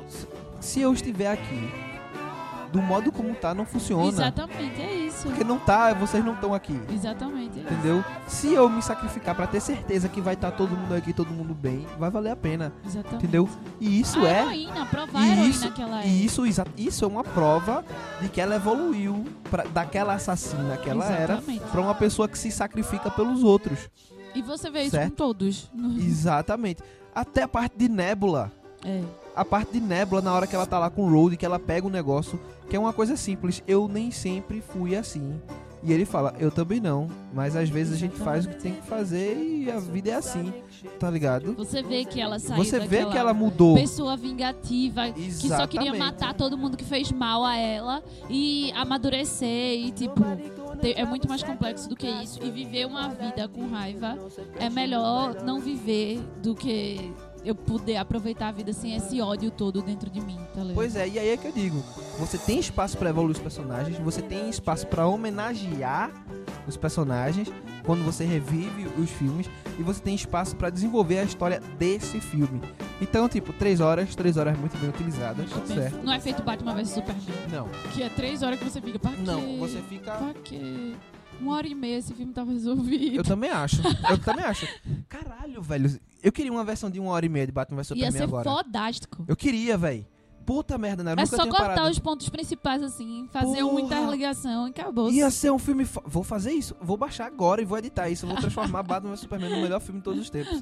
eu estiver aqui, do modo como tá, não funciona. Exatamente, é isso. Porque não tá, vocês não estão aqui. Exatamente. É isso. Entendeu? Se eu me sacrificar pra ter certeza que vai estar todo mundo aqui, todo mundo bem, vai valer a pena. Exatamente. Entendeu? E isso a é... heroína, provar a heroína que ela é. E isso é uma prova de que ela evoluiu daquela assassina que ela Exatamente. era pra uma pessoa que se sacrifica pelos outros. E você vê isso Certo. com todos. Exatamente. Até a parte de Nebula. É. A parte de Nebula, na hora que ela tá lá com o Rhodey, que ela pega o negócio, que é uma coisa simples. Eu nem sempre fui assim. E ele fala, eu também não. Mas às vezes a gente faz o que tem que fazer e a vida é assim. Tá ligado? Você vê que ela saiu Você vê daquela que ela mudou. pessoa vingativa, que só queria Exatamente. matar todo mundo que fez mal a ela e amadurecer e, tipo, é muito mais complexo do que isso. E viver uma vida com raiva é melhor não viver do que eu poder aproveitar a vida sem esse ódio todo dentro de mim, tá ligado? Pois é, e aí é que eu digo, você tem espaço pra evoluir os personagens, você tem espaço pra homenagear os personagens quando você revive os filmes, e você tem espaço pra desenvolver a história desse filme. Então, tipo, 3 horas muito bem utilizadas, certo? Não é feito Batman vs Superman, Não, que é 3 horas que você fica, pra quê? não, você fica... Pra quê? 1h30 esse filme tava resolvido. Eu também acho. Caralho, velho. Eu queria uma versão de 1h30 de Batman vs Ia Superman ser agora. fodástico. Eu queria, velho. Puta merda, né? Eu É nunca só tinha cortar parado. os pontos principais assim, fazer uma Porra. interligação e acabou. Ia ser um filme... Vou fazer isso. Vou baixar agora e vou editar isso. Eu vou transformar Batman vs Superman no melhor filme de todos os tempos.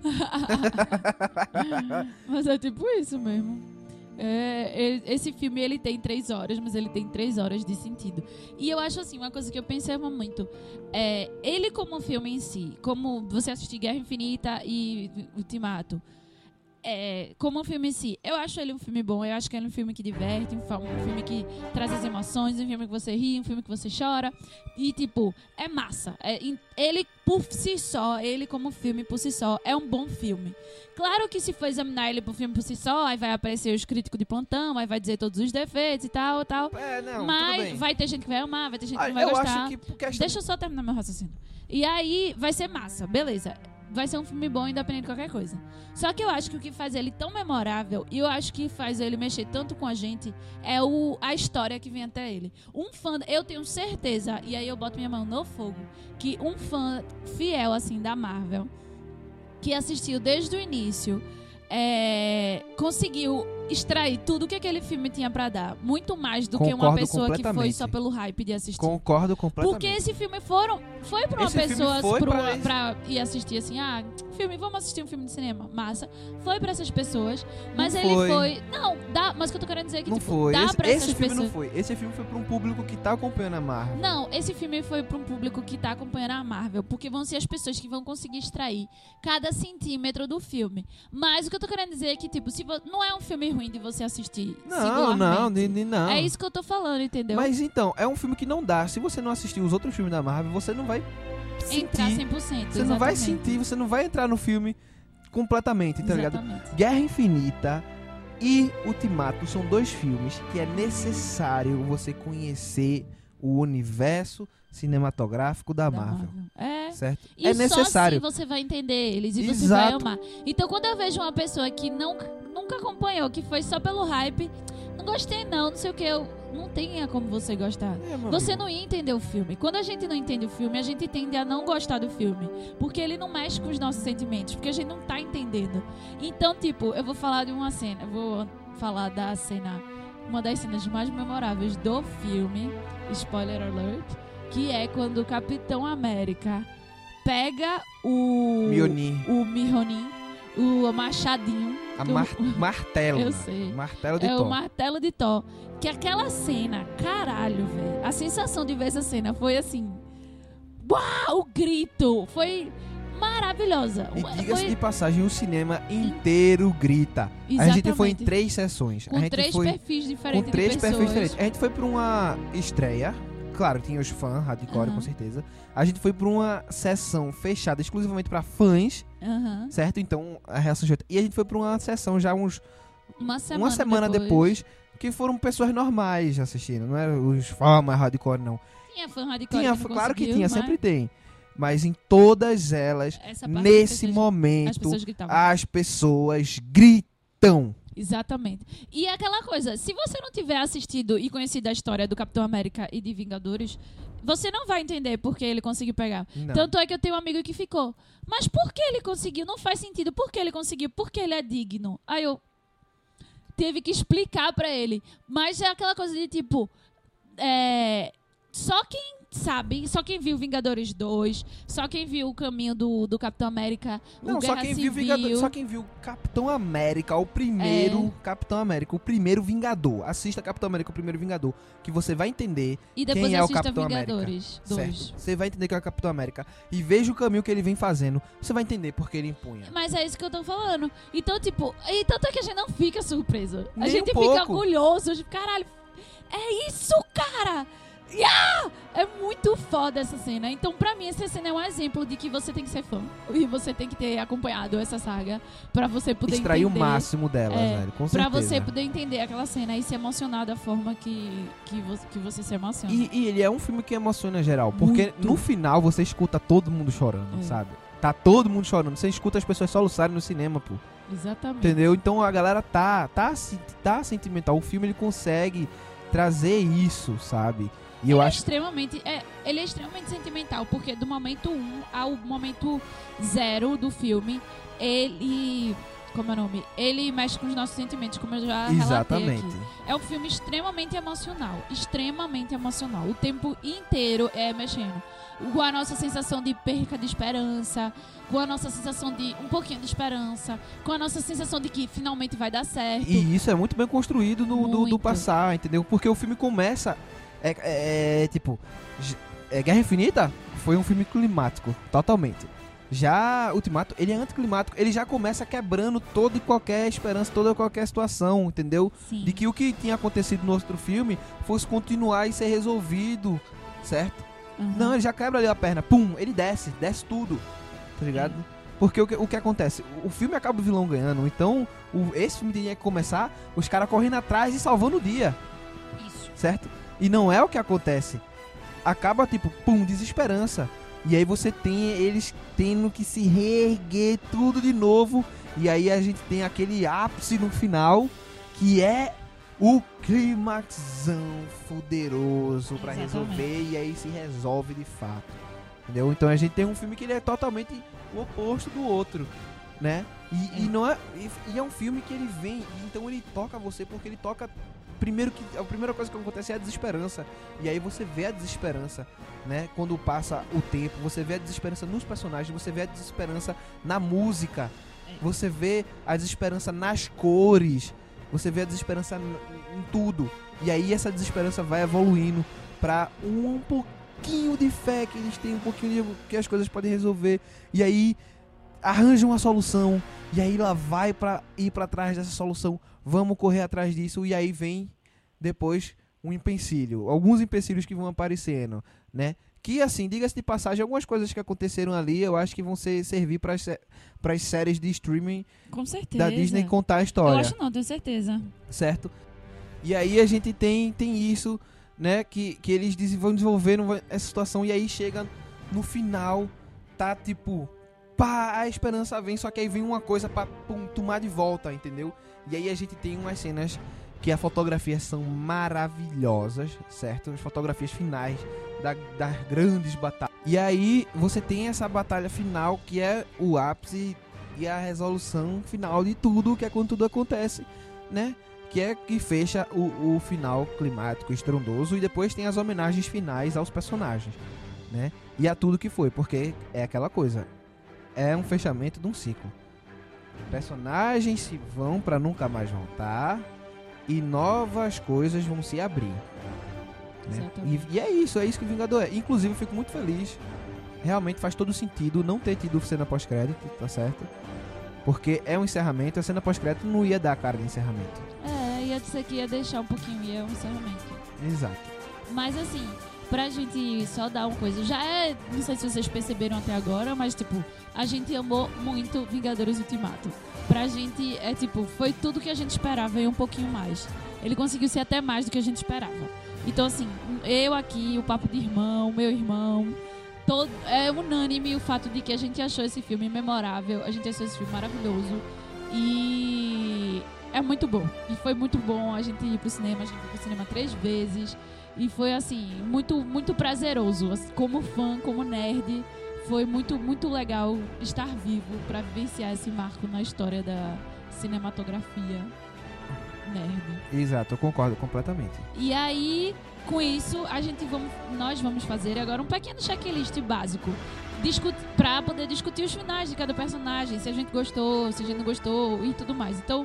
Mas é tipo isso mesmo. Esse filme ele tem 3 horas, mas ele tem 3 horas de sentido. E eu acho assim, uma coisa que eu pensava muito, ele como filme em si, como você assistir Guerra Infinita e Ultimato, como um filme em si, eu acho ele um filme bom, eu acho que ele é um filme que diverte, um filme que traz as emoções, um filme que você ri, um filme que você chora, e tipo, é massa. Ele por si só, ele como filme por si só, é um bom filme. Claro que se for examinar ele por filme por si só, aí vai aparecer os críticos de plantão, aí vai dizer todos os defeitos e tal. Não, tudo Mas bem. vai ter gente que vai amar, vai ter gente que não vai eu gostar. acho que por questão... Deixa eu só terminar meu raciocínio. E aí vai ser massa, beleza. Vai ser um filme bom, independente de qualquer coisa. Só que eu acho que o que faz ele tão memorável, e eu acho que faz ele mexer tanto com a gente, é a história que vem até ele. Um fã, eu tenho certeza, e aí eu boto minha mão no fogo, que um fã fiel, assim, da Marvel, que assistiu desde o início, conseguiu extrair tudo que aquele filme tinha pra dar. Muito mais do que uma Concordo pessoa que foi completamente. só pelo hype de assistir. Concordo completamente. Porque esse filme foi pra uma Esse filme pessoa foi pra ir assistir assim, vamos assistir um filme de cinema, massa. Foi pra essas pessoas, mas Não ele foi. foi... Não, dá, mas o que eu tô querendo dizer é que, Não tipo, foi. dá pra essas Esse filme pessoas... não foi. Esse filme foi pra um público que tá acompanhando a Marvel. Não, esse filme foi pra um público que tá acompanhando a Marvel, porque vão ser as pessoas que vão conseguir extrair cada centímetro do filme. Mas o que eu tô querendo dizer é que, tipo, não é um filme ruim de você assistir Não. singularmente. É isso que eu tô falando, entendeu? Mas então, é um filme que não dá. Se você não assistir os outros filmes da Marvel, você não vai Entrar sentir. 100%, Você não vai exatamente. sentir, você não vai entrar no filme completamente, tá ligado? Exatamente. Guerra Infinita e Ultimato são 2 filmes que é necessário você conhecer o universo cinematográfico da Marvel. Certo? E é necessário. só assim você vai entender eles e você Exato. vai amar. Então quando eu vejo uma pessoa que nunca acompanhou, que foi só pelo hype, não gostei não sei o que, não tenha como você gostar. Você não ia entender o filme. Quando a gente não entende o filme, a gente tende a não gostar do filme. Porque ele não mexe com os nossos sentimentos. Porque a gente não tá entendendo. Então, tipo, eu vou falar de uma cena. Eu vou falar da cena... Uma das cenas mais memoráveis do filme. Spoiler alert. Que é quando o Capitão América pega o Mjolnir, o machadinho. Martelo. Eu sei. Martelo de É Thor. o martelo de Thor. Que aquela cena, caralho, velho. A sensação de ver essa cena foi assim... Uau, o grito. Foi maravilhosa. E diga-se Foi de passagem, o cinema inteiro grita. A gente foi em 3 sessões. com a gente 3 foi perfis diferentes com 3 de perfis pessoas. diferentes. A gente foi pra uma estreia. Claro, tinha os fãs, hardcore, Aham. com certeza. A gente foi pra uma sessão fechada exclusivamente pra fãs, Aham. certo? Então, a reação já... E a gente foi pra uma sessão já Uma uma semana depois, que foram pessoas normais assistindo. Não eram os fãs mais hardcore, não. Tinha fã hardcore Tinha, que não claro que conseguiu, tinha, mas sempre tem. Mas em todas elas, essa parte nesse as momento, pessoas gritavam. as pessoas gritam. Exatamente. E aquela coisa, se você não tiver assistido e conhecido a história do Capitão América e de Vingadores, você não vai entender por que ele conseguiu pegar. Não. Tanto é que eu tenho um amigo que ficou, mas por que ele conseguiu? Não faz sentido. Por que ele conseguiu? Porque ele é digno. Aí eu teve que explicar pra ele. Mas é aquela coisa de tipo, só quem sabe, só quem viu Vingadores 2, só quem viu o caminho do Capitão América, Não, o só Guerra quem Civil, viu Vingador, só quem viu Capitão América, o primeiro Capitão América, o primeiro Vingador. Assista Capitão América, o primeiro Vingador, que você vai entender e depois quem é o assista Capitão Vingadores América. 2. Certo? Você vai entender que é o Capitão América e veja o caminho que ele vem fazendo. Você vai entender por que ele empunha. Mas é isso que eu tô falando. Então, tipo, e tanto é que a gente não fica surpreso. A Nem gente um fica pouco. orgulhoso. Tipo, caralho, é isso, cara! Yeah! É muito foda essa cena. Então, pra mim, essa cena é um exemplo de que você tem que ser fã. E você tem que ter acompanhado essa saga pra você poder Extrair entender. o máximo dela, velho, com Pra certeza. você poder entender aquela cena e se emocionar da forma que você se emociona. E ele é um filme que emociona geral, porque Muito. no final você escuta todo mundo chorando, É. sabe? Tá todo mundo chorando. Você escuta as pessoas soluçarem no cinema, pô. Exatamente. Entendeu? Então a galera tá sentimental. O filme ele consegue trazer isso, sabe? E eu acho Ele é extremamente sentimental, porque do momento 1 ao momento 0 do filme, ele... Como é o nome? Ele mexe com os nossos sentimentos, como eu já relatei exatamente. aqui. É um filme extremamente emocional. Extremamente emocional. O tempo inteiro é mexendo. Com a nossa sensação de perca de esperança, com a nossa sensação de um pouquinho de esperança, com a nossa sensação de que finalmente vai dar certo. E isso é muito bem construído do Muito. passar, entendeu? Porque o filme começa. Tipo. Guerra Infinita foi um filme climático, totalmente. Já Ultimato, ele é anticlimático, ele já começa quebrando toda e qualquer esperança, toda e qualquer situação, entendeu? Sim. De que o que tinha acontecido no outro filme fosse continuar e ser resolvido, certo? Uhum. Não, ele já quebra ali a perna, pum, ele desce tudo, tá ligado? Porque o que acontece? O filme acaba o vilão ganhando, então esse filme tinha que começar os caras correndo atrás e salvando o dia, Isso. certo? E não é o que acontece. Acaba tipo, pum, desesperança. E aí você tem eles tendo que se reerguer tudo de novo. E aí a gente tem aquele ápice no final, que é o clímaxão poderoso pra Exatamente. resolver. E aí se resolve de fato. Entendeu? Então a gente tem um filme que ele é totalmente o oposto do outro, né? E não é, e é um filme que ele vem, então ele toca você porque ele toca... Primeiro que a primeira coisa que acontece é a desesperança. E aí você vê a desesperança, né? Quando passa o tempo, você vê a desesperança nos personagens, você vê a desesperança na música, você vê a desesperança nas cores, você vê a desesperança em tudo. E aí essa desesperança vai evoluindo pra um pouquinho de fé que eles têm, um pouquinho de que as coisas podem resolver. E aí arranjam uma solução. E aí lá vai pra ir pra trás dessa solução. Vamos correr atrás disso. E aí vem depois um empecilho. Alguns empecilhos que vão aparecendo, né? Que assim, diga-se de passagem, algumas coisas que aconteceram ali, eu acho que vão servir para as séries de streaming Com certeza. da Disney contar a Eu história. acho não, tenho certeza. Certo? E aí a gente tem isso, né? Que eles vão desenvolvendo essa situação. E aí chega no final, tá tipo... Pá, a esperança vem, só que aí vem uma coisa pra tomar de volta, entendeu? E aí a gente tem umas cenas que as fotografias são maravilhosas, certo? As fotografias finais das grandes batalhas. E aí você tem essa batalha final que é o ápice e a resolução final de tudo, que é quando tudo acontece, né? Que é que fecha o final climático, estrondoso, e depois tem as homenagens finais aos personagens, né? E a tudo que foi, porque é aquela coisa... É um fechamento de um ciclo. Personagens se vão pra nunca mais voltar e novas coisas vão se abrir, né? Exatamente. E é isso que o Vingador é. Inclusive eu fico muito feliz. Realmente faz todo sentido não ter tido cena pós-crédito, tá certo? Porque é um encerramento, a cena pós-crédito não ia dar cara de encerramento. Ia dizer que ia deixar um pouquinho, ia um encerramento. Exato. Mas assim, pra gente só dar uma coisa, não sei se vocês perceberam até agora, mas tipo, a gente amou muito Vingadores Ultimato. Pra gente, foi tudo que a gente esperava e um pouquinho mais. Ele conseguiu ser até mais do que a gente esperava. Então assim, eu aqui, o Papo de Irmão, meu irmão, é unânime o fato de que a gente achou esse filme memorável, a gente achou esse filme maravilhoso e é muito bom. E foi muito bom a gente ir pro cinema, a gente foi pro cinema 3 vezes. E foi, assim, muito, muito prazeroso. Como fã, como nerd, foi muito, muito legal estar vivo para vivenciar esse marco na história da cinematografia nerd. Exato, eu concordo completamente. E aí, com isso, nós vamos fazer agora um pequeno checklist básico para poder discutir os finais de cada personagem, se a gente gostou, se a gente não gostou e tudo mais. Então,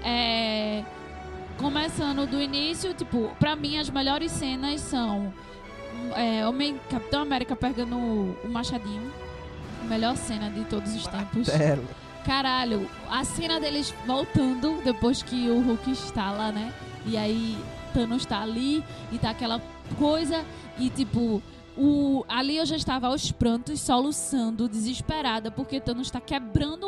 começando do início, pra mim as melhores cenas são Capitão América pegando o machadinho. A melhor cena de todos os tempos. Caralho, a cena deles voltando depois que o Hulk está lá, né? E aí Thanos tá ali e tá aquela coisa e Ali eu já estava aos prantos, soluçando, desesperada, porque Thanos está quebrando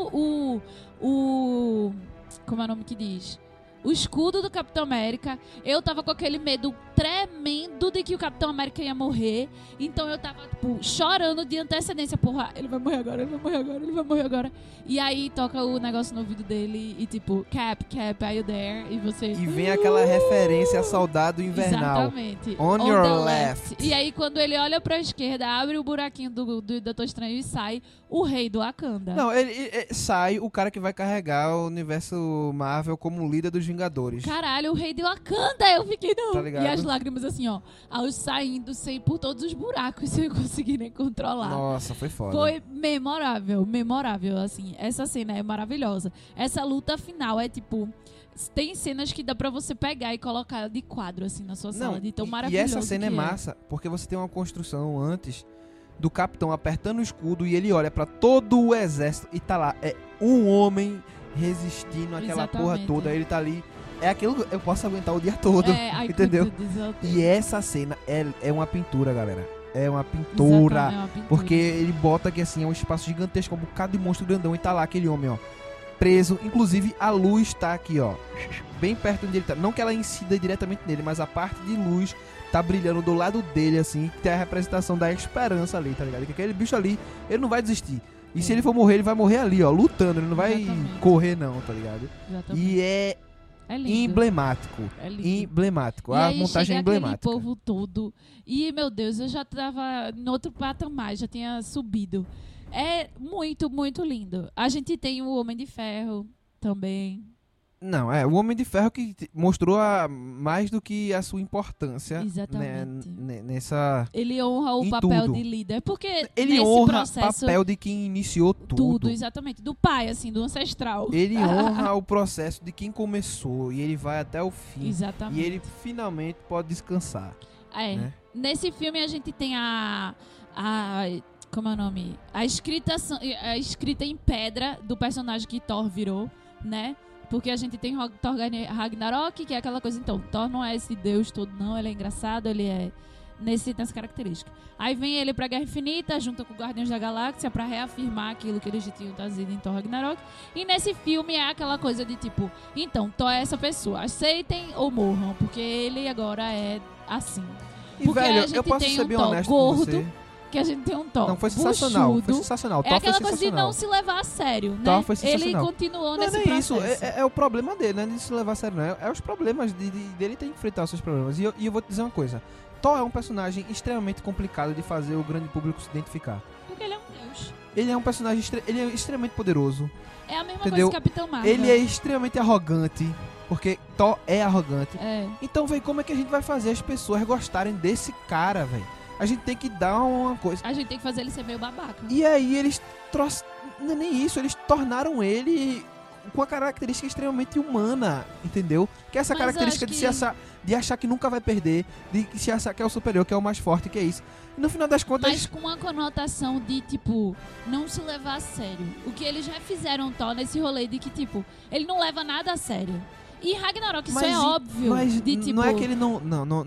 como é o nome que diz? O escudo do Capitão América. Eu tava com aquele medo tremendo de que o Capitão América ia morrer. Então eu tava, tipo, chorando de antecedência. Porra, ele vai morrer agora, ele vai morrer agora, ele vai morrer agora. E aí toca o negócio no ouvido dele e tipo, Cap, are you there? E você... E vem aquela referência a Soldado Invernal. Exatamente. On the your left. E aí quando ele olha pra esquerda, abre o buraquinho do Doutor Estranho e sai o rei do Wakanda. Não, ele sai o cara que vai carregar o universo Marvel como líder dos Vingadores. Caralho, o rei de Wakanda! Eu fiquei, não. Tá ligado? E as lágrimas assim, ó, saindo por todos os buracos sem conseguir nem controlar. Nossa, foi foda. Foi memorável, assim. Essa cena é maravilhosa. Essa luta final é tipo... Tem cenas que dá pra você pegar e colocar de quadro, assim, na sua sala. De tão e maravilhoso essa cena é que massa, porque você tem uma construção antes do Capitão apertando o escudo e ele olha pra todo o exército e tá lá. É um homem resistindo àquela porra toda. Ele tá ali. É aquilo que eu posso aguentar o dia todo. Entendeu? E essa cena é uma pintura, galera. É uma pintura. Exatamente, é uma pintura. Porque ele bota que assim, é um espaço gigantesco, um bocado de monstro grandão. E tá lá aquele homem, ó, preso. Inclusive a luz tá aqui, ó, bem perto onde ele tá. Não que ela incida diretamente nele, mas a parte de luz tá brilhando do lado dele, assim. Que tem a representação da esperança ali, tá ligado? Que aquele bicho ali, ele não vai desistir. E se ele for morrer, ele vai morrer ali, ó, lutando. Ele não vai correr não, tá ligado? Exatamente. E é emblemático. É lindo. Emblemático. E A aí montagem é chega emblemática. aquele povo todo. E, meu Deus, eu já tava em outro patamar, já tinha subido. É muito, muito lindo. A gente tem o Homem de Ferro também. Não, o Homem de Ferro que mostrou mais do que a sua importância. Exatamente. Nessa... Ele honra o em papel tudo. de líder. Porque Ele nesse honra o processo, papel de quem iniciou tudo. tudo, exatamente. Do pai, assim, do ancestral. Ele honra o processo de quem começou e ele vai até o fim. Exatamente. E ele finalmente pode descansar. É. Né? Nesse filme a gente tem como é o nome? A escrita em pedra do personagem que Thor virou, né? Porque a gente tem Thor Ragnarok, que é aquela coisa, então, Thor não é esse deus todo, não. Ele é engraçado, ele é nessa característica. Aí vem ele pra Guerra Infinita, junto com o Guardiões da Galáxia, pra reafirmar aquilo que eles já tinham trazido em Thor Ragnarok. E nesse filme é aquela coisa de tipo, então, Thor é essa pessoa, aceitem ou morram, porque ele agora é assim. E, Porque velho, a gente eu posso tem ser um bem Thor honesto gordo, com você. que a gente tem um Thor Não, foi sensacional. buchudo. Foi sensacional. É Thor aquela foi coisa de sensacional. não se levar a sério, né? Thor foi Ele sensacional. continuou Não, nesse nem processo. isso. É o problema dele, né? De se levar a sério, não. É os problemas dele ter que enfrentar os seus problemas. E eu vou te dizer uma coisa. Thor é um personagem extremamente complicado de fazer o grande público se identificar. Porque ele é um deus. Ele é um personagem ele é extremamente poderoso. É a mesma Entendeu? coisa que Capitão Marvel. Ele é extremamente arrogante. Porque Thor é arrogante. É. Então, velho, como é que a gente vai fazer as pessoas gostarem desse cara, velho? A gente tem que dar uma coisa. A gente tem que fazer ele ser meio babaca. E aí eles não é nem isso, eles tornaram ele com uma característica extremamente humana, entendeu? Que é essa Mas característica eu de acho de achar que nunca vai perder, de se achar que é o superior, que é o mais forte, que é isso. E no final das contas... Mas com uma conotação de, tipo, não se levar a sério. O que eles já fizeram Thor nesse rolê de que, tipo, ele não leva nada a sério. E Ragnarok, isso é óbvio. Mas de, tipo, não é que ele não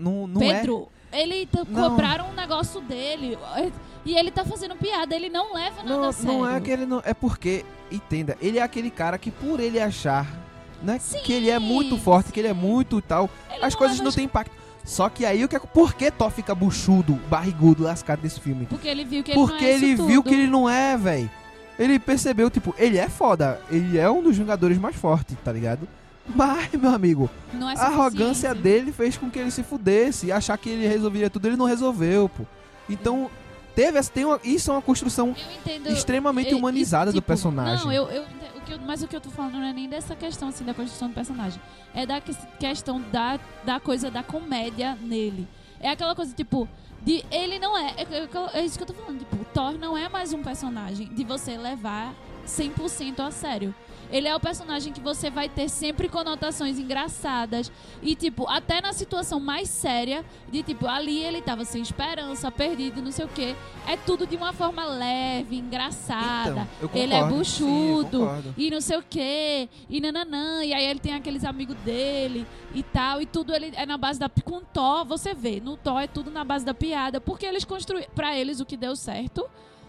Pedro, ele Não. cobraram um negócio dele e ele tá fazendo piada, ele não leva nada a sério. Não é que ele não... É porque, entenda, ele é aquele cara que por ele achar, né, Sim, que ele é muito forte, que ele é muito tal, ele as coisas não têm impacto. Só que aí, por que Thor fica buchudo, barrigudo, lascado nesse filme? Porque ele viu que ele não é Porque isso ele tudo. viu que ele não é, velho. Ele percebeu, tipo, ele é foda. Ele é um dos Vingadores mais fortes, tá ligado? Mas, meu amigo, Não é a arrogância suficiente. dele fez com que ele se fudesse. Achar que ele resolveria tudo, ele não resolveu, pô. Então, isso é uma construção Eu entendo, extremamente humanizada do tipo, personagem. Não, mas o que eu tô falando não é nem dessa questão assim da construção do personagem. É da questão da coisa da comédia nele. É aquela coisa, tipo, de ele não é isso que eu tô falando, tipo, Thor não é mais um personagem de você levar 100% a sério. Ele é o personagem que você vai ter sempre conotações engraçadas. E, tipo, até na situação mais séria, de tipo, ali ele tava sem esperança, perdido, não sei o quê. É tudo de uma forma leve, engraçada. Então, eu concordo, ele é sim, eu buchudo concordo. e não sei o quê, e nananã, e aí ele tem aqueles amigos dele e tal, e tudo ele é na base da... Com Thor, você vê, no Thor é tudo na base da piada, porque eles construíram, pra eles o que deu certo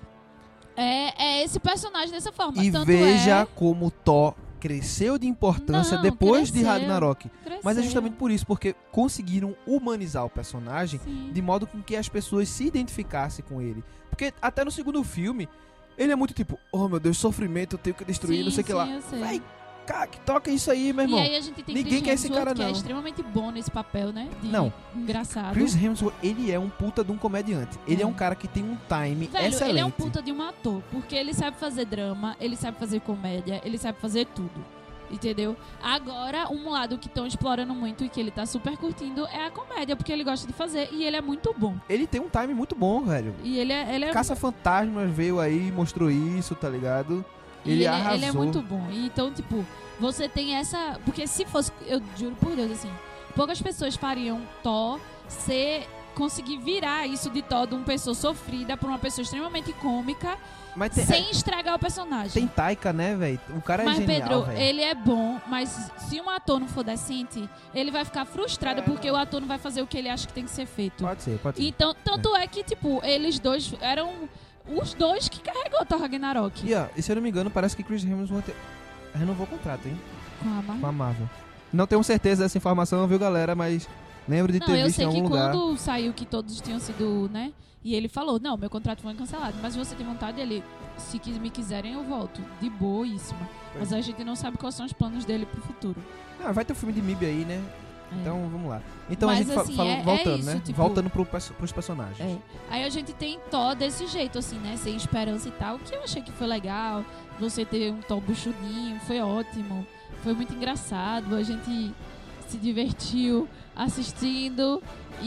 é esse personagem dessa forma. E Tanto veja é... como Thor cresceu de importância Não, depois de cresceu. Ragnarok. Cresceu. Mas é justamente por isso, porque conseguiram humanizar o personagem Sim. de modo com que as pessoas se identificassem com ele. Porque até no segundo filme, ele é muito tipo, oh meu Deus, sofrimento, eu tenho que destruir, Sim, não sei o que sim, lá. eu sei. Vai, cara, que toca isso aí, meu irmão. E aí a gente tem Ninguém Chris quer esse Hemsworth, cara, que é não. extremamente bom nesse papel, né? De Não. engraçado. Chris Hemsworth, ele é um puta de um comediante. Ele é um cara que tem um time Velho, excelente. ele é um puta de um ator, porque ele sabe fazer drama, ele sabe fazer comédia, ele sabe fazer tudo. Entendeu? Agora, um lado que estão explorando muito e que ele tá super curtindo é a comédia, porque ele gosta de fazer e ele é muito bom. Ele tem um time muito bom, velho. E ele é Caça-Fantasmas veio aí e mostrou isso, tá ligado? Ele arrasou. ele é muito bom. E então, tipo, você tem essa... Porque se fosse, eu juro por Deus, assim, poucas pessoas fariam Thor conseguir virar isso de Thor de uma pessoa sofrida pra uma pessoa extremamente cômica, Mas tem, sem estragar o personagem. tem Taika, né, velho? O cara é Mas, genial, Pedro, velho. ele é bom, mas se um ator não for decente, ele vai ficar frustrado porque o ator não vai fazer o que ele acha que tem que ser feito. Pode ser. Então, tanto é que, tipo, eles dois eram os dois que carregou Thor Ragnarok. E se eu não me engano, parece que Chris Hemsworth renovou o contrato, hein? Com a Marvel. Com a Marvel. Não tenho certeza dessa informação, viu, galera? Mas lembro de Não, ter eu visto em sei algum que lugar. quando saiu que todos tinham sido, né? E ele falou, não, meu contrato foi cancelado. Mas se você tem vontade, se me quiserem, eu volto. De boíssima. Mas a gente não sabe quais são os planos dele pro futuro. Ah, vai ter um filme de MIB aí, né? É. Então, vamos lá. Então Mas, a gente assim, voltando, isso, né? tipo- Voltando pros personagens. É. Aí a gente tem Thor desse jeito, assim, né? Sem esperança e tal, que eu achei que foi legal. Você ter um Thor buchudinho, foi ótimo. Foi muito engraçado. A gente se divertiu assistindo.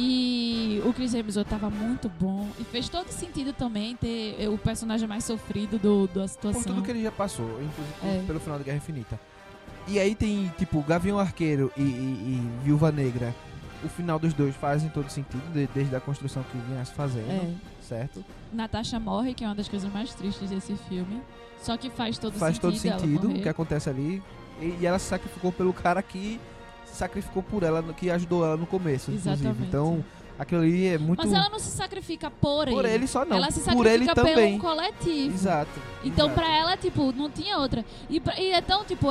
E o Chris Hemsworth tava muito bom. E fez todo sentido também ter o personagem mais sofrido da Por situação. tudo que ele já passou, inclusive É. pelo final da Guerra Infinita. E aí tem, tipo, Gavião Arqueiro e Viúva Negra. O final dos dois fazem todo sentido, desde a construção que vinha se fazendo, É. certo? Natasha morre, que é uma das coisas mais tristes desse filme. Só que faz todo Faz sentido. todo sentido ela o morrer. que acontece ali. E ela se sacrificou pelo cara que se sacrificou por ela, que ajudou ela no começo, inclusive. Exatamente. Então, aquilo ali é muito... Mas ela não se sacrifica por ele só não, Ela se por ele sacrifica também. pelo coletivo. Exato. Então, exato. pra ela, tipo, não tinha outra. E então, tipo,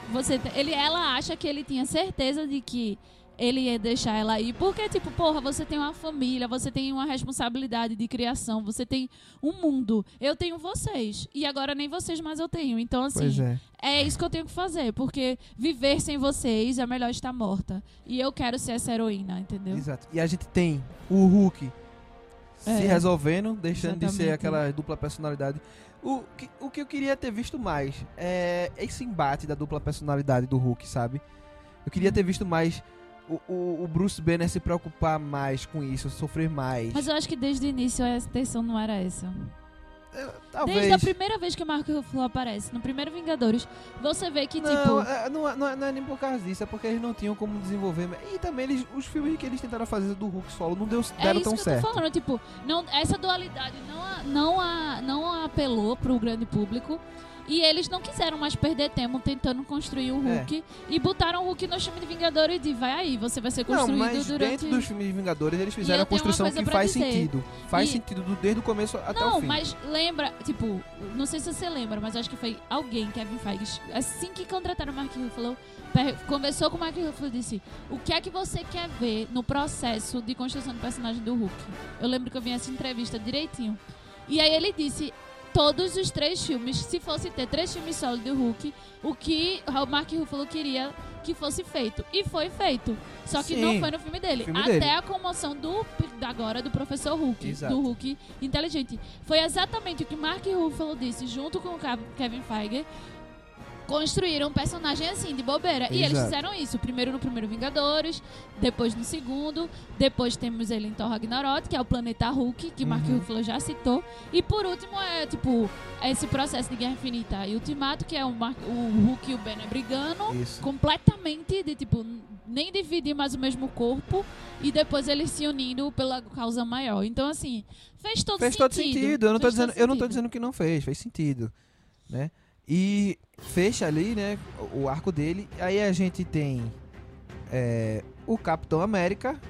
ela acha que ele tinha certeza de que ele ia deixar ela ir. Porque, tipo, porra, você tem uma família, você tem uma responsabilidade de criação, você tem um mundo. Eu tenho vocês. E agora nem vocês mais eu tenho. Então, assim, Pois é. é isso que eu tenho que fazer. Porque viver sem vocês é melhor estar morta. E eu quero ser essa heroína, entendeu? Exato. E a gente tem o Hulk se É. resolvendo, deixando de ser Exatamente. aquela dupla personalidade. O que eu queria ter visto mais é esse embate da dupla personalidade do Hulk, sabe? Eu queria ter visto mais o Bruce Banner se preocupar mais com isso, sofrer mais. Mas eu acho que desde o início a intenção não era essa. Talvez. Desde a primeira vez que o Mark Ruffalo aparece, no primeiro Vingadores, você vê que, Não, tipo... não é nem por causa disso, é porque eles não tinham como desenvolver. E também os filmes que eles tentaram fazer do Hulk solo não deram É isso tão que eu certo. tô falando, tipo, essa dualidade não apelou pro grande público. E eles não quiseram mais perder tempo tentando construir o Hulk. E botaram o Hulk no filme de Vingadores e de vai aí, você vai ser Não, construído mas durante... dentro dos filmes de Vingadores eles E fizeram eu a tenho uma construção coisa que pra faz dizer. sentido. Faz E- sentido desde o começo até o Não, fim. mas lembra, tipo, não sei se você lembra, mas acho que foi alguém, Kevin Feige, assim que contrataram o Mark Ruffalo, conversou com o Mark Ruffalo e disse: o que é que você quer ver no processo de construção do personagem do Hulk? Eu lembro que eu vi essa entrevista direitinho. E aí ele disse: todos os 3 filmes, se fosse ter 3 filmes solo do Hulk, o que o Mark Ruffalo queria que fosse feito. E foi feito. Só que Sim, não foi no filme dele. filme Até dele. a comoção agora do Professor Hulk, Exato. do Hulk inteligente. Foi exatamente o que Mark Ruffalo disse junto com o Kevin Feige. construíram um personagem assim, de bobeira. E eles Exato. fizeram isso. Primeiro no primeiro Vingadores, depois no segundo, depois temos ele em Thor Ragnarok, que é o planeta Hulk, que Mark Ruffalo já citou. E por último é, tipo, esse processo de Guerra Infinita e Ultimato, que é o Hulk e o Banner brigando Isso. completamente, de tipo, nem dividir mais o mesmo corpo, e depois eles se unindo pela causa maior. Então, assim, fez todo sentido. Eu não tô Fez dizendo, todo eu não tô sentido. dizendo que não fez sentido, né? E fecha ali, né, o arco dele. Aí a gente tem o Capitão América,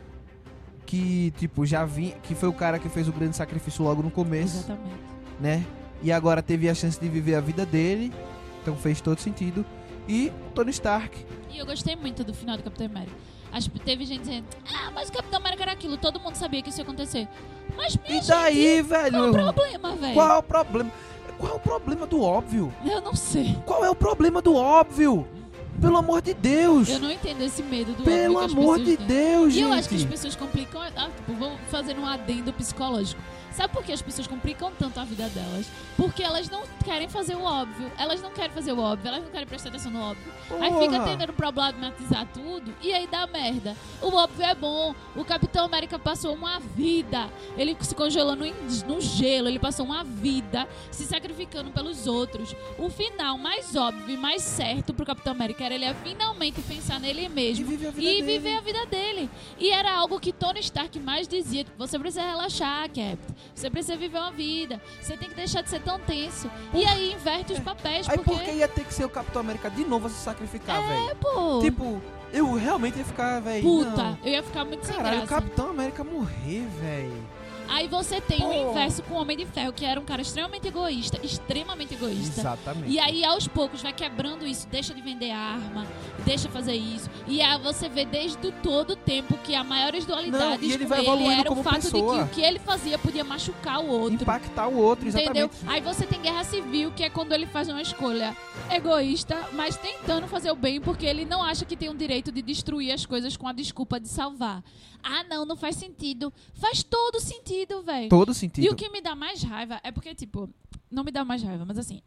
que tipo que foi o cara que fez o grande sacrifício logo no começo, Exatamente. né? E agora teve a chance de viver a vida dele, então fez todo sentido. E Tony Stark. E eu gostei muito do final do Capitão América. Teve gente dizendo, mas o Capitão América era aquilo, todo mundo sabia que isso ia acontecer. Mas, minha E daí, velho? qual o problema, velho? Qual é o problema? Qual é o problema do óbvio? Eu não sei. Qual é o problema do óbvio? Pelo amor de Deus! Eu não entendo esse medo do Pelo óbvio que as amor pessoas de têm. Deus, E gente! eu acho que as pessoas complicam... tipo, vou fazer um adendo psicológico. Sabe por que as pessoas complicam tanto a vida delas? Porque elas não querem fazer o óbvio. Elas não querem fazer o óbvio. Elas não querem prestar atenção no óbvio. Aí fica Porra. tentando problematizar tudo e aí dá merda. O óbvio é bom. O Capitão América passou uma vida. Ele se congelou no gelo. Ele passou uma vida se sacrificando pelos outros. O final mais óbvio e mais certo pro Capitão América era ele finalmente pensar nele mesmo E viver a vida e dele. viver a vida dele. E era algo que Tony Stark mais dizia. Tipo, você precisa relaxar, Captain. Você precisa viver uma vida. Você tem que deixar de ser tão tenso. E aí inverte os papéis. Aí porque... porque ia ter que ser o Capitão América de novo a se sacrificar, velho. Pô, Tipo, eu realmente ia ficar, velho. puta. Eu ia ficar muito sem Caralho, o graça. Capitão América morrer, velho. Aí você tem o Pô. inverso com o Homem de Ferro, que era um cara extremamente egoísta. Exatamente. E aí, aos poucos, vai quebrando isso. Deixa de vender arma, deixa fazer isso. E aí você vê desde todo o tempo que a maiores dualidades Não, e ele com vai ele evoluindo era o como fato de que pessoa. o que ele fazia podia machucar o outro. Impactar o outro, exatamente. Entendeu? Aí você tem Guerra Civil, que é quando ele faz uma escolha egoísta, mas tentando fazer o bem, porque ele não acha que tem o direito de destruir as coisas com a desculpa de salvar. Ah, não faz sentido. Faz todo sentido, velho. Todo E sentido. o que me dá mais raiva é porque, tipo, não me dá mais raiva, mas assim,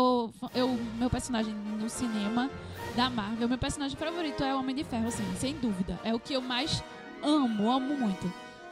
meu personagem no cinema da Marvel, meu personagem favorito é o Homem de Ferro, assim, sem dúvida. É o que eu mais amo muito.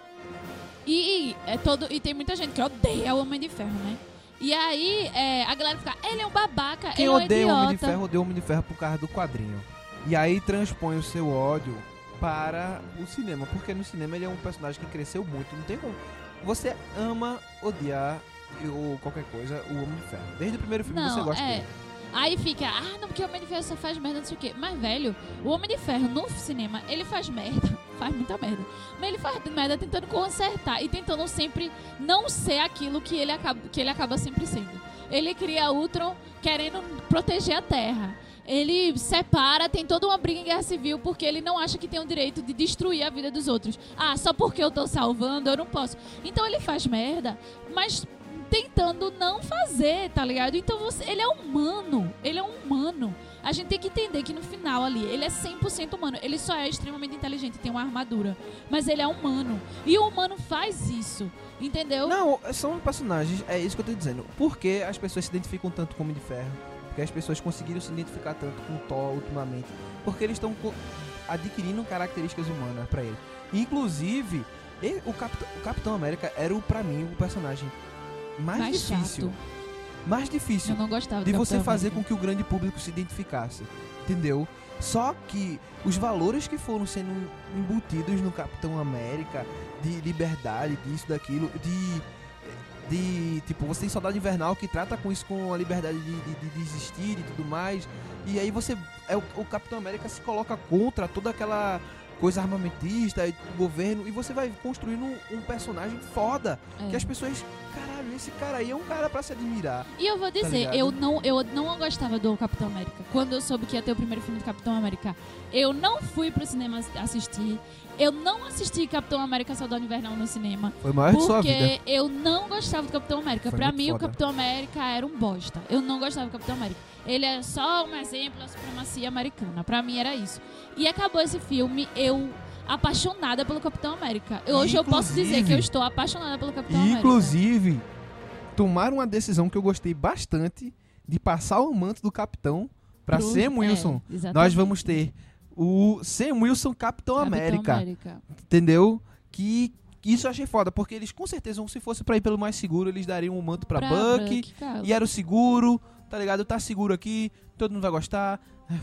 E tem muita gente que odeia o Homem de Ferro, né? E aí, a galera fica, ele é um babaca, Quem ele é um odeia o idiota. Homem de Ferro, odeia o Homem de Ferro por causa do quadrinho. E aí transpõe o seu ódio para o cinema, porque no cinema ele é um personagem que cresceu muito, não tem como. Você ama odiar ou qualquer coisa o Homem de Ferro. Desde o primeiro filme você gosta dele. Aí fica, não, porque o Homem de Ferro só faz merda, não sei o quê. Mas, velho, o Homem de Ferro no cinema, ele faz merda, faz muita merda. Mas ele faz merda tentando consertar e tentando sempre não ser aquilo que ele acaba sempre sendo. Ele cria Ultron querendo proteger a Terra. Ele separa, tem toda uma briga em Guerra Civil porque ele não acha que tem o direito de destruir a vida dos outros. Só porque eu tô salvando, eu não posso. Então ele faz merda, mas tentando não fazer, tá ligado? Então ele é humano. A gente tem que entender que no final ali, ele é 100% humano. Ele só é extremamente inteligente, tem uma armadura. Mas ele é humano. E o humano faz isso, entendeu? Não, são personagens, é isso que eu tô dizendo. Por que as pessoas se identificam tanto com o Homem de Ferro? Porque as pessoas conseguiram se identificar tanto com o Thor ultimamente. Porque eles estão adquirindo características humanas pra ele. Inclusive, o Capitão América era, pra mim, o personagem mais difícil. Chato. Mais difícil Eu não gostava de do você Capitão fazer América. com que o grande público se identificasse. Entendeu? Só que os valores que foram sendo embutidos no Capitão América, de liberdade, disso, daquilo, tipo, você tem Soldado Invernal que trata com isso, com a liberdade de existir e tudo mais. E aí o Capitão América se coloca contra toda aquela coisa armamentista e do governo, e você vai construindo um personagem foda. Que as pessoas, caralho, esse cara aí é um cara pra se admirar. E eu vou dizer, ligado? eu não gostava do Capitão América. Quando eu soube que ia ter o primeiro filme do Capitão América, eu não fui pro cinema assistir. Eu não assisti Capitão América Soldado Invernal no cinema. Foi o maior de sua vida. Porque eu não gostava do Capitão América. Foi Pra muito mim, o foda. Capitão América era um bosta. Eu não gostava do Capitão América. Ele era só um exemplo da supremacia americana. Pra mim era isso. E acabou esse filme, eu apaixonada pelo Capitão América. Hoje eu posso dizer que eu estou apaixonada pelo Capitão América. Inclusive, tomaram uma decisão que eu gostei bastante de passar o manto do Capitão pra Sam Wilson. Exatamente. Nós vamos ter o Sam Wilson Capitão América. América. Entendeu? Que isso eu achei foda, porque eles com certeza, se fosse pra ir pelo mais seguro, eles dariam um manto pra Bucky. Cara. E era o seguro, tá ligado? Tá seguro aqui, todo mundo vai gostar.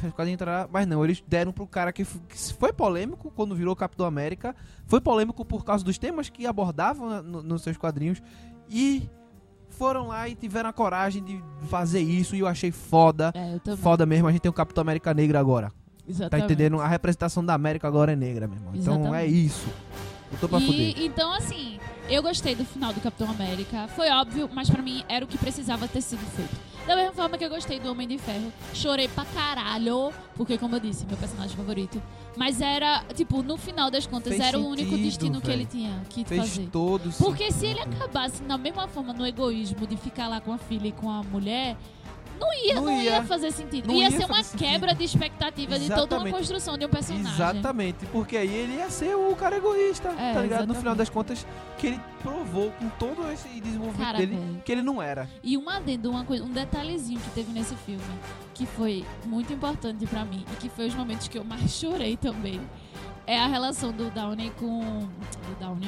Mas não, eles deram pro cara que foi polêmico quando virou Capitão América. Foi polêmico por causa dos temas que abordavam nos seus quadrinhos. E foram lá e tiveram a coragem de fazer isso. E eu achei foda. Eu também. Foda mesmo, a gente tem o Capitão América negra agora. Exatamente. Tá entendendo? A representação da América agora é negra, meu irmão. Então Exatamente. é isso. Eu tô pra fuder. Então, assim, eu gostei do final do Capitão América. Foi óbvio, mas pra mim era o que precisava ter sido feito. Da mesma forma que eu gostei do Homem de Ferro. Chorei pra caralho, porque, como eu disse, meu personagem favorito. Mas era, tipo, no final das contas, Fez era o único sentido, destino que velho. ele tinha que Fez fazer. todo Porque se sentido. ele acabasse da mesma forma no egoísmo de ficar lá com a filha e com a mulher, não ia fazer sentido. Não Ia ia ser uma fazer quebra sentido. de expectativa de toda uma Exatamente. construção de um personagem. Exatamente, porque aí ele ia ser o cara egoísta, tá ligado? exatamente. No final das contas, que ele provou com todo esse desenvolvimento Cara, dele velho. que ele não era. E um adendo, um detalhezinho que teve nesse filme, que foi muito importante pra mim, e que foi os momentos que eu mais chorei também, é a relação do Downey com... Do Downey,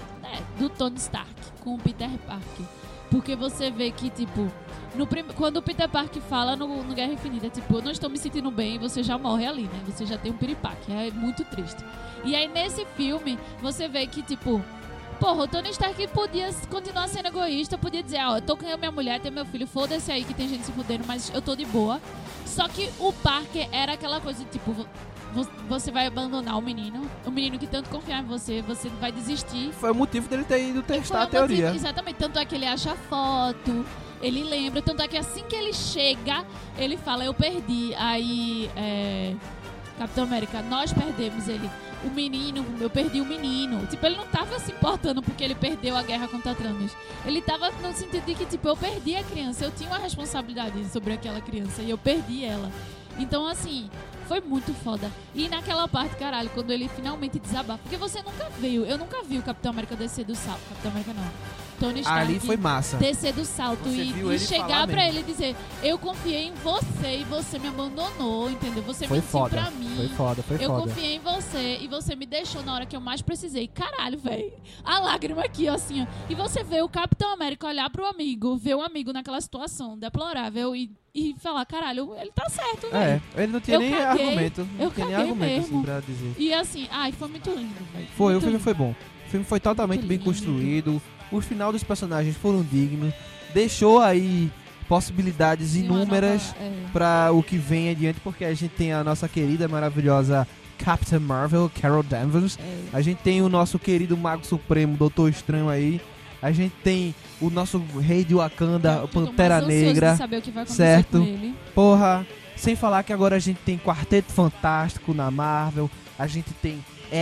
do Tony Stark com o Peter Parker. Porque você vê que, tipo, quando o Peter Parker fala no Guerra Infinita, tipo, eu não estou me sentindo bem, você já morre ali, né? Você já tem um piripaque, é muito triste. E aí, nesse filme, você vê que, tipo, porra, o Tony Stark podia continuar sendo egoísta, podia dizer, eu tô com minha mulher, tenho meu filho, foda-se aí que tem gente se fudendo, mas eu tô de boa. Só que o Parker era aquela coisa, tipo, você vai abandonar o menino que tanto confiava em você vai desistir. Foi o motivo dele ter ido testar a Foi o motivo- teoria. Exatamente, tanto é que ele acha a foto, ele lembra, tanto é que assim que ele chega, ele fala, eu perdi. Aí, Capitão América, nós perdemos ele. O menino, eu perdi o menino. Tipo, ele não tava se importando porque ele perdeu a guerra contra Thanos. Ele tava no sentido de que, tipo, eu perdi a criança, eu tinha uma responsabilidade sobre aquela criança e eu perdi ela. Então, assim, foi muito foda. E naquela parte, caralho, quando ele finalmente desabafa, porque você nunca viu, eu nunca vi o Capitão América descer do salto. Capitão América não. Tony Stark Ali foi massa. descer do salto Você e viu ele chegar falar pra mesmo. ele e dizer, eu confiei em você e você me abandonou, entendeu? Você Foi mentiu foda. pra mim. Foi foda, foi Eu foda. confiei em você e você me deixou na hora que eu mais precisei. Caralho, velho. A lágrima aqui, ó, assim, ó. E você vê o Capitão América olhar pro amigo, ver o amigo naquela situação deplorável e falar, caralho, ele tá certo, velho. Ele não tinha Eu nem caguei, argumento. Não eu tinha nem caguei argumento mesmo. assim pra dizer. E assim, ai, foi muito lindo, velho. Foi, o Muito filme lindo. foi bom. O filme foi totalmente Muito bem lindo. construído. O final dos personagens foram dignos. Deixou aí possibilidades E uma inúmeras nova- é. pra o que vem adiante, porque a gente tem a nossa querida, maravilhosa Captain Marvel, Carol Danvers. A gente tem o nosso querido Mago Supremo, Doutor Estranho aí. A gente tem o nosso rei de Wakanda, Eu tô Pantera mais ansioso Negra. de saber o que vai acontecer certo? com ele. Porra, sem falar que agora a gente tem Quarteto Fantástico na Marvel. A gente tem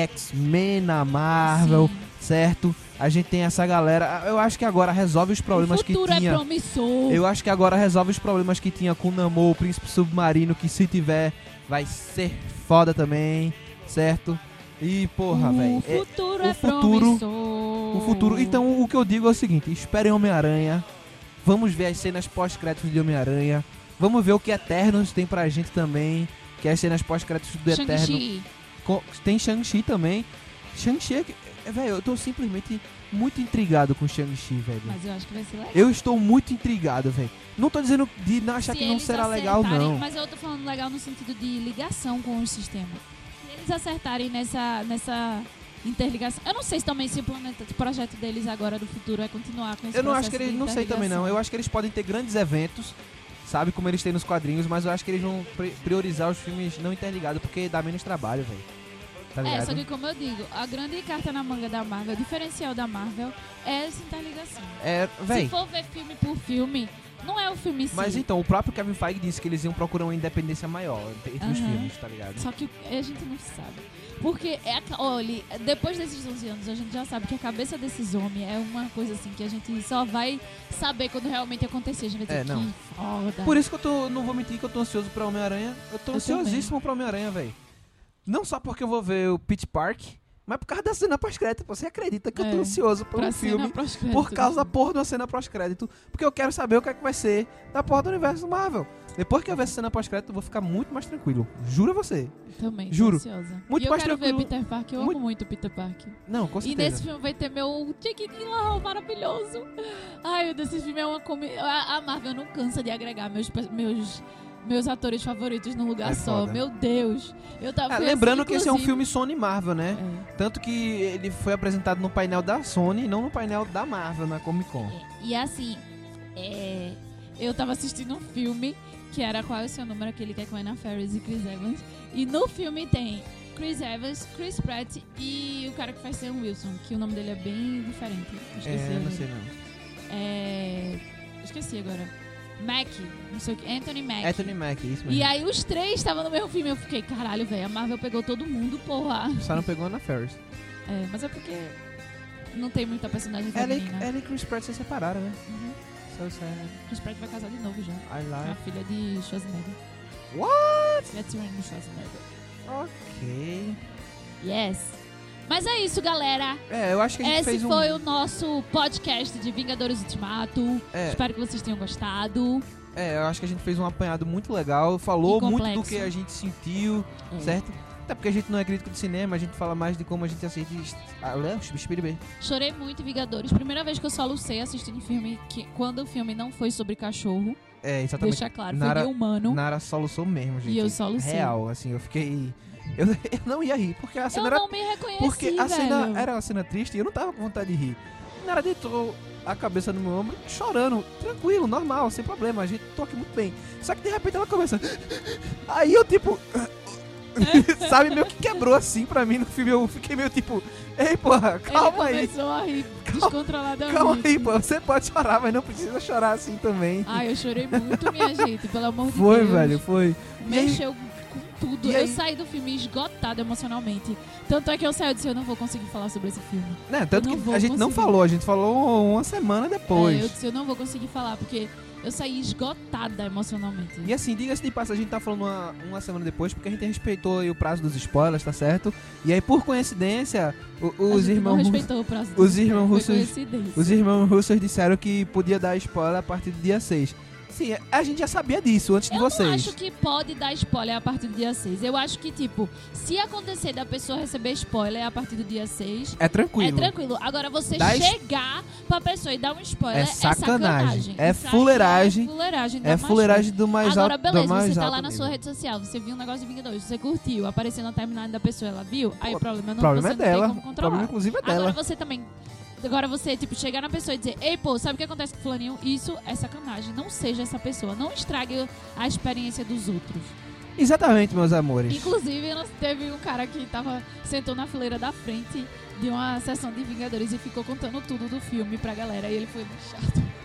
X-Men na Marvel, Sim. certo? A gente tem essa galera. Eu acho que agora resolve os problemas O que futuro tinha. é promissor. Eu acho que agora resolve os problemas que tinha com o Namor, o Príncipe Submarino, que se tiver vai ser foda também, certo? E porra, velho. O futuro o é futuro- promissor. O futuro. Então o que eu digo é o seguinte: esperem Homem-Aranha. Vamos ver as cenas pós-créditos de Homem-Aranha. Vamos ver o que Eternos tem pra gente também. Que é as cenas pós-créditos do Eterno. Shang-Chi. Tem Shang-Chi também. Shang-Chi é. Velho, eu tô simplesmente muito intrigado com Shang-Chi, velho. Mas eu acho que vai ser legal. Eu estou muito intrigado, velho. Não tô dizendo de não achar Se que não eles será legal, acertarem- não. Mas eu tô falando legal no sentido de ligação com o sistema. Se eles acertarem nessa interligação. Eu não sei se também se o projeto deles agora do futuro é continuar com esse Eu não acho processo que eles. de Não sei também, não. interligação. Eu acho que eles podem ter grandes eventos, sabe? Como eles têm nos quadrinhos, mas eu acho que eles vão priorizar os filmes não interligados, porque dá menos trabalho, velho. Tá ligado? Só que como eu digo, a grande carta na manga da Marvel, o diferencial da Marvel é essa interligação. Se Véi. for ver filme por filme, não é o filme em si. Mas então, o próprio Kevin Feige disse que eles iam procurar uma independência maior entre os Aham. filmes, tá ligado? Só que a gente não sabe. Porque, olha, depois desses 11 anos, a gente já sabe que a cabeça desses homens é uma coisa assim que a gente só vai saber quando realmente acontecer. A gente vai dizer, não. que foda. Por isso que não vou mentir que eu tô ansioso pra Homem-Aranha. Eu tô Eu ansiosíssimo pra Homem-Aranha, velho. Não só porque eu vou ver o Peter Park, Mas por causa da cena pós-crédito, você acredita que eu tô ansioso por Pra um cena filme pós-crédito por causa do da filme. porra de uma cena pós-crédito, porque eu quero saber o que é que vai ser da porra do universo Marvel. Depois que eu ver essa cena pós-crédito, eu vou ficar muito mais tranquilo. Juro a você. Também, tô Juro. ansiosa. Muito e eu mais quero tranquilo. ver Peter Parker, eu Muito- amo muito Peter Parker. Não, com E certeza. nesse filme vai ter meu Jake Gyllenhaal maravilhoso. Ai, meu Deus, esse filme é uma a Marvel não cansa de agregar meus atores favoritos num lugar É só. foda. Meu Deus. Eu tava Lembrando assim, que esse é um inclusive- filme Sony Marvel, né? Tanto que ele foi apresentado no painel da Sony e não no painel da Marvel na Comic Con. E assim, eu tava assistindo um filme que era Qual é o Seu Número, aquele que é com Anna Faris e Chris Evans. E no filme tem Chris Evans, Chris Pratt e o cara que faz Sam Wilson, que o nome dele é bem diferente. Esqueci Não agora. sei não. Esqueci agora. Mac, não sei o que, Anthony Mac. Anthony Mackie, isso mesmo. E aí os três estavam no mesmo filme. Eu fiquei, caralho, velho, a Marvel pegou todo mundo, porra. Só não pegou na Ferris. Mas é porque não tem muita personagem Ela feminina. e Chris Pratt se separaram, né? Uhum. So sad. Chris Pratt vai casar de novo já. I É a like. filha de Schwarzenegger. What? Veteran Schwarzenegger. Ok. Yes. Mas é isso, galera. Eu acho que a gente Esse fez um... foi o nosso podcast de Vingadores Ultimato. Espero que vocês tenham gostado. Eu acho que a gente fez um apanhado muito legal. Falou E muito complexo. do que a gente sentiu, certo? Até porque a gente não é crítico de cinema, a gente fala mais de como a gente assiste... Chorei muito em Vingadores. Primeira vez que eu solucei assistindo filme quando o filme não foi sobre cachorro. Exatamente. Deixa claro, Nara- foi de humano. Nara soluçou mesmo, gente. E eu solucei. Real, assim, eu fiquei... Eu não ia rir, porque a cena Eu era... não me reconheci, Porque a cena velho. era uma cena triste e eu não tava com vontade de rir. Nara deitou a cabeça no meu ombro, chorando, tranquilo, normal, sem problema, a gente toca muito bem. Só que de repente ela começa... Aí eu tipo... Sabe, meio que quebrou assim pra mim no filme, eu fiquei meio tipo... Ei, porra, calma Ele aí. começou a rir descontroladamente. Calma aí, pô, você pode chorar, mas não precisa chorar assim também. Ai, eu chorei muito, minha gente, pelo amor de Foi, Deus. velho, foi. E aí- Mexeu com tudo. E Eu aí- saí do filme esgotada emocionalmente. Tanto é que eu saí e disse, eu não vou conseguir falar sobre esse filme. Né, tanto Eu não que vou a gente não conseguir. falou, a gente falou uma semana depois. Eu disse, eu não vou conseguir falar, porque eu saí esgotada emocionalmente. E assim, diga-se de passagem, a gente tá falando uma semana depois, porque a gente respeitou aí o prazo dos spoilers, tá certo? E aí, por coincidência, os A gente irmãos... não respeitou o prazo os do irmãos filme, russos- foi coincidência. Os irmãos russos disseram que podia dar spoiler a partir do dia 6. Sim, a gente já sabia disso antes de Eu não vocês. acho que pode dar spoiler a partir do dia 6. Eu acho que, tipo, se acontecer da pessoa receber spoiler a partir do dia 6, É tranquilo. é tranquilo. Agora, você Dá chegar pra pessoa e dar um spoiler É é sacanagem. É Isso aí fuleiragem. É fuleiragem. da É mais fuleiragem do mais Agora, alto beleza, do mais você tá alto lá na nível. sua rede social, você viu um negócio de Vingadores, você curtiu, apareceu na timeline da pessoa, ela viu, aí Pô, o problema não, O problema você é não dela. tem como O controlar. problema, inclusive, é dela. Agora você também... Agora você, tipo, chegar na pessoa e dizer, ei, pô, sabe o que acontece com o fulaninho? Isso é sacanagem. Não seja essa pessoa. Não estrague a experiência dos outros. Exatamente, meus amores. Inclusive, teve um cara que sentou na fileira da frente de uma sessão de Vingadores e ficou contando tudo do filme pra galera. E ele foi muito chato.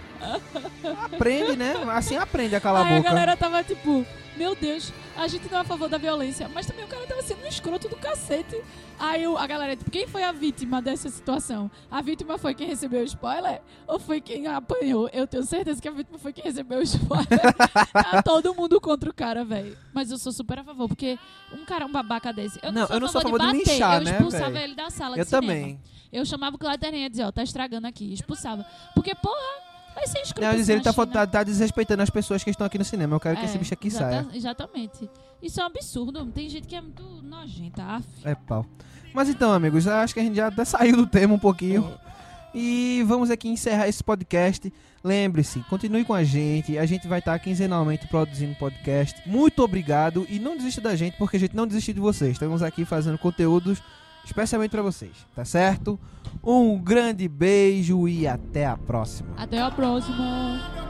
Aprende, né? Assim aprende a calar Aí a a boca. galera tava tipo, meu Deus, a gente não é a favor da violência. Mas também o cara tava sendo um escroto do cacete. Aí a galera, tipo, quem foi a vítima dessa situação? A vítima foi quem recebeu o spoiler? Ou foi quem apanhou? Eu tenho certeza que a vítima foi quem recebeu o spoiler. Tá todo mundo contra o cara, velho. Mas eu sou super a favor, porque um babaca desse... Eu não sou a favor de bater, linchar, eu né, expulsava velho? ele da sala Eu de cinema. também. Eu chamava o Clauderinha e dizia, ó, tá estragando aqui. Expulsava. Porque, porra... Vai ser escroto. Não, dizer, ele assim na China. tá desrespeitando as pessoas que estão aqui no cinema. Eu quero que esse bicho aqui saia. Exatamente. Isso é um absurdo. Tem gente que é muito nojenta. Af. É pau. Mas então, amigos, eu acho que a gente já até saiu do tema um pouquinho. E vamos aqui encerrar esse podcast. Lembre-se, continue com a gente. A gente vai estar quinzenalmente produzindo podcast. Muito obrigado. E não desista da gente, porque a gente não desistiu de vocês. Estamos aqui fazendo conteúdos especialmente para vocês, tá certo? Um grande beijo e até a próxima. Até a próxima.